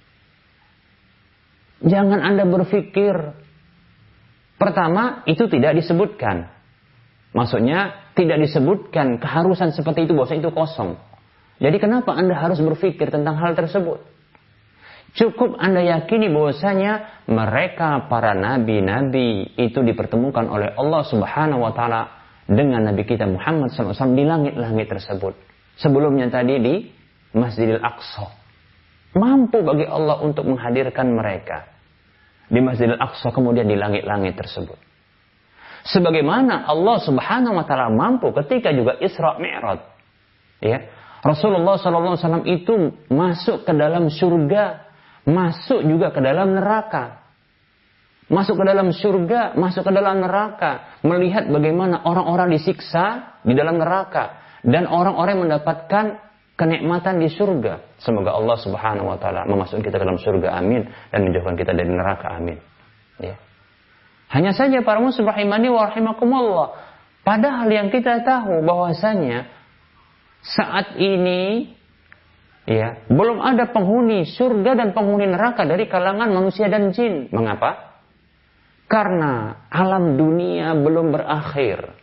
[SPEAKER 2] Jangan Anda berpikir. Pertama, itu tidak disebutkan. Maksudnya, tidak disebutkan keharusan seperti itu, bahwa itu kosong. Jadi kenapa Anda harus berpikir tentang hal tersebut? Cukup Anda yakini bahwasanya mereka para nabi-nabi itu dipertemukan oleh Allah Subhanahu wa taala dengan Nabi kita Muhammad SAW di langit-langit tersebut. Sebelumnya tadi di Masjidil Aqsa. Mampu bagi Allah untuk menghadirkan mereka di Masjidil Aqsa, kemudian di langit-langit tersebut. Sebagaimana Allah Subhanahu wa taala mampu ketika juga Isra Mi'raj. Ya. Rasulullah SAW itu masuk ke dalam surga, masuk juga ke dalam neraka. Masuk ke dalam surga, masuk ke dalam neraka. Melihat bagaimana orang-orang disiksa di dalam neraka. Dan orang-orang yang mendapatkan kenikmatan di surga. Semoga Allah Subhanahu wa taala memasukkan kita ke dalam surga, amin. Dan menjauhkan kita dari neraka, amin. Ya. Hanya saja para muslim rahimani wa rahimakumullah. Padahal yang kita tahu bahwasanya saat ini ya, belum ada penghuni surga dan penghuni neraka dari kalangan manusia dan jin. Mengapa? Karena alam dunia belum berakhir.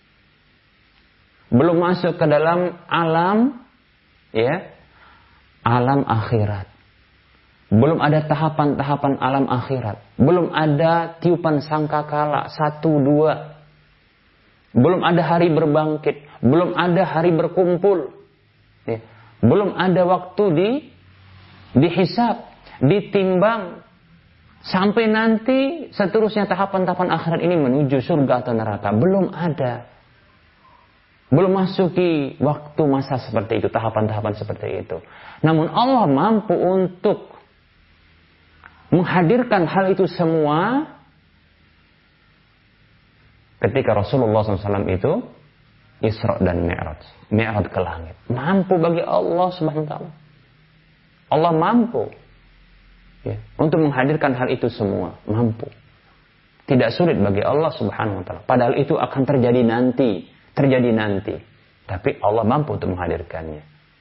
[SPEAKER 2] Belum masuk ke dalam alam ya, alam akhirat. Belum ada tahapan-tahapan alam akhirat. Belum ada tiupan sangkakala 1, 2. Belum ada hari berbangkit. Belum ada hari berkumpul. Ya. Belum ada waktu dihisab, ditimbang. Sampai nanti seterusnya tahapan-tahapan akhirat ini menuju surga atau neraka. Belum ada. Belum masuki waktu masa seperti itu, tahapan-tahapan seperti itu. Namun Allah mampu untuk menghadirkan hal itu semua ketika Rasulullah SAW itu Isra dan Mi'raj. Mi'raj ke langit. Mampu bagi Allah Subhanahu wa taala. Allah mampu ya, untuk menghadirkan hal itu semua. Mampu. Tidak sulit bagi Allah Subhanahu wa taala. Padahal itu akan terjadi nanti. Terjadi nanti. Tapi Allah mampu untuk menghadirkannya.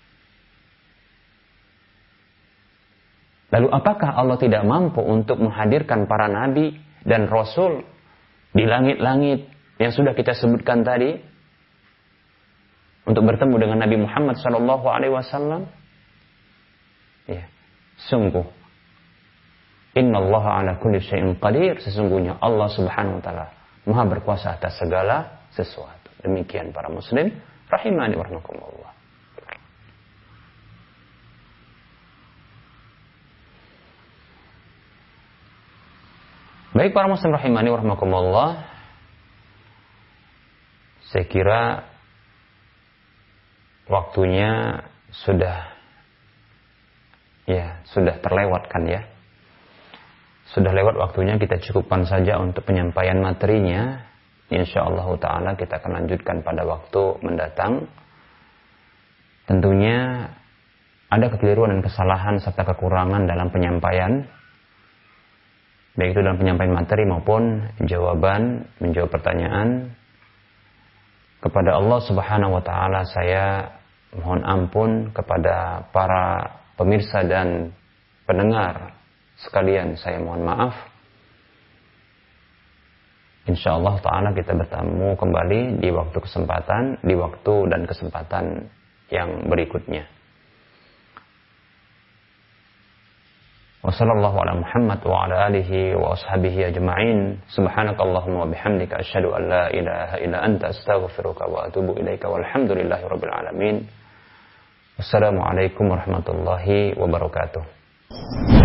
[SPEAKER 2] Lalu apakah Allah tidak mampu untuk menghadirkan para nabi dan rasul di langit-langit yang sudah kita sebutkan tadi? Untuk bertemu dengan Nabi Muhammad SAW. Ya, sungguh. Innallaha ala kulli syai'in qadir. Sesungguhnya Allah Subhanahu wa taala Maha berkuasa atas segala sesuatu. Demikian para muslim rahimani wa rahimakumullah. Baik para muslim rahimani wa rahimakumullah. Saya kira waktunya sudah terlewatkan ya. Sudah lewat waktunya, kita cukupkan saja untuk penyampaian materinya. Insyaallah taala kita akan lanjutkan pada waktu mendatang. Tentunya ada kekeliruan dan kesalahan serta kekurangan dalam penyampaian, baik itu dalam penyampaian materi maupun menjawab pertanyaan. Kepada Allah Subhanahu wa taala saya mohon ampun, kepada para pemirsa dan pendengar sekalian saya mohon maaf. Insyaallah taala kita bertemu kembali di waktu dan kesempatan yang berikutnya. Wassallallahu ala Muhammad wa ala alihi wa ashabihi ajma'in. Subhanakallahumma wa bihamdika asyhadu an la ilaha illa anta astaghfiruka wa atubu ilaika walhamdulillahi rabbil alamin. Wassalamualaikum warahmatullahi wabarakatuh.
[SPEAKER 1] wabarakatuh.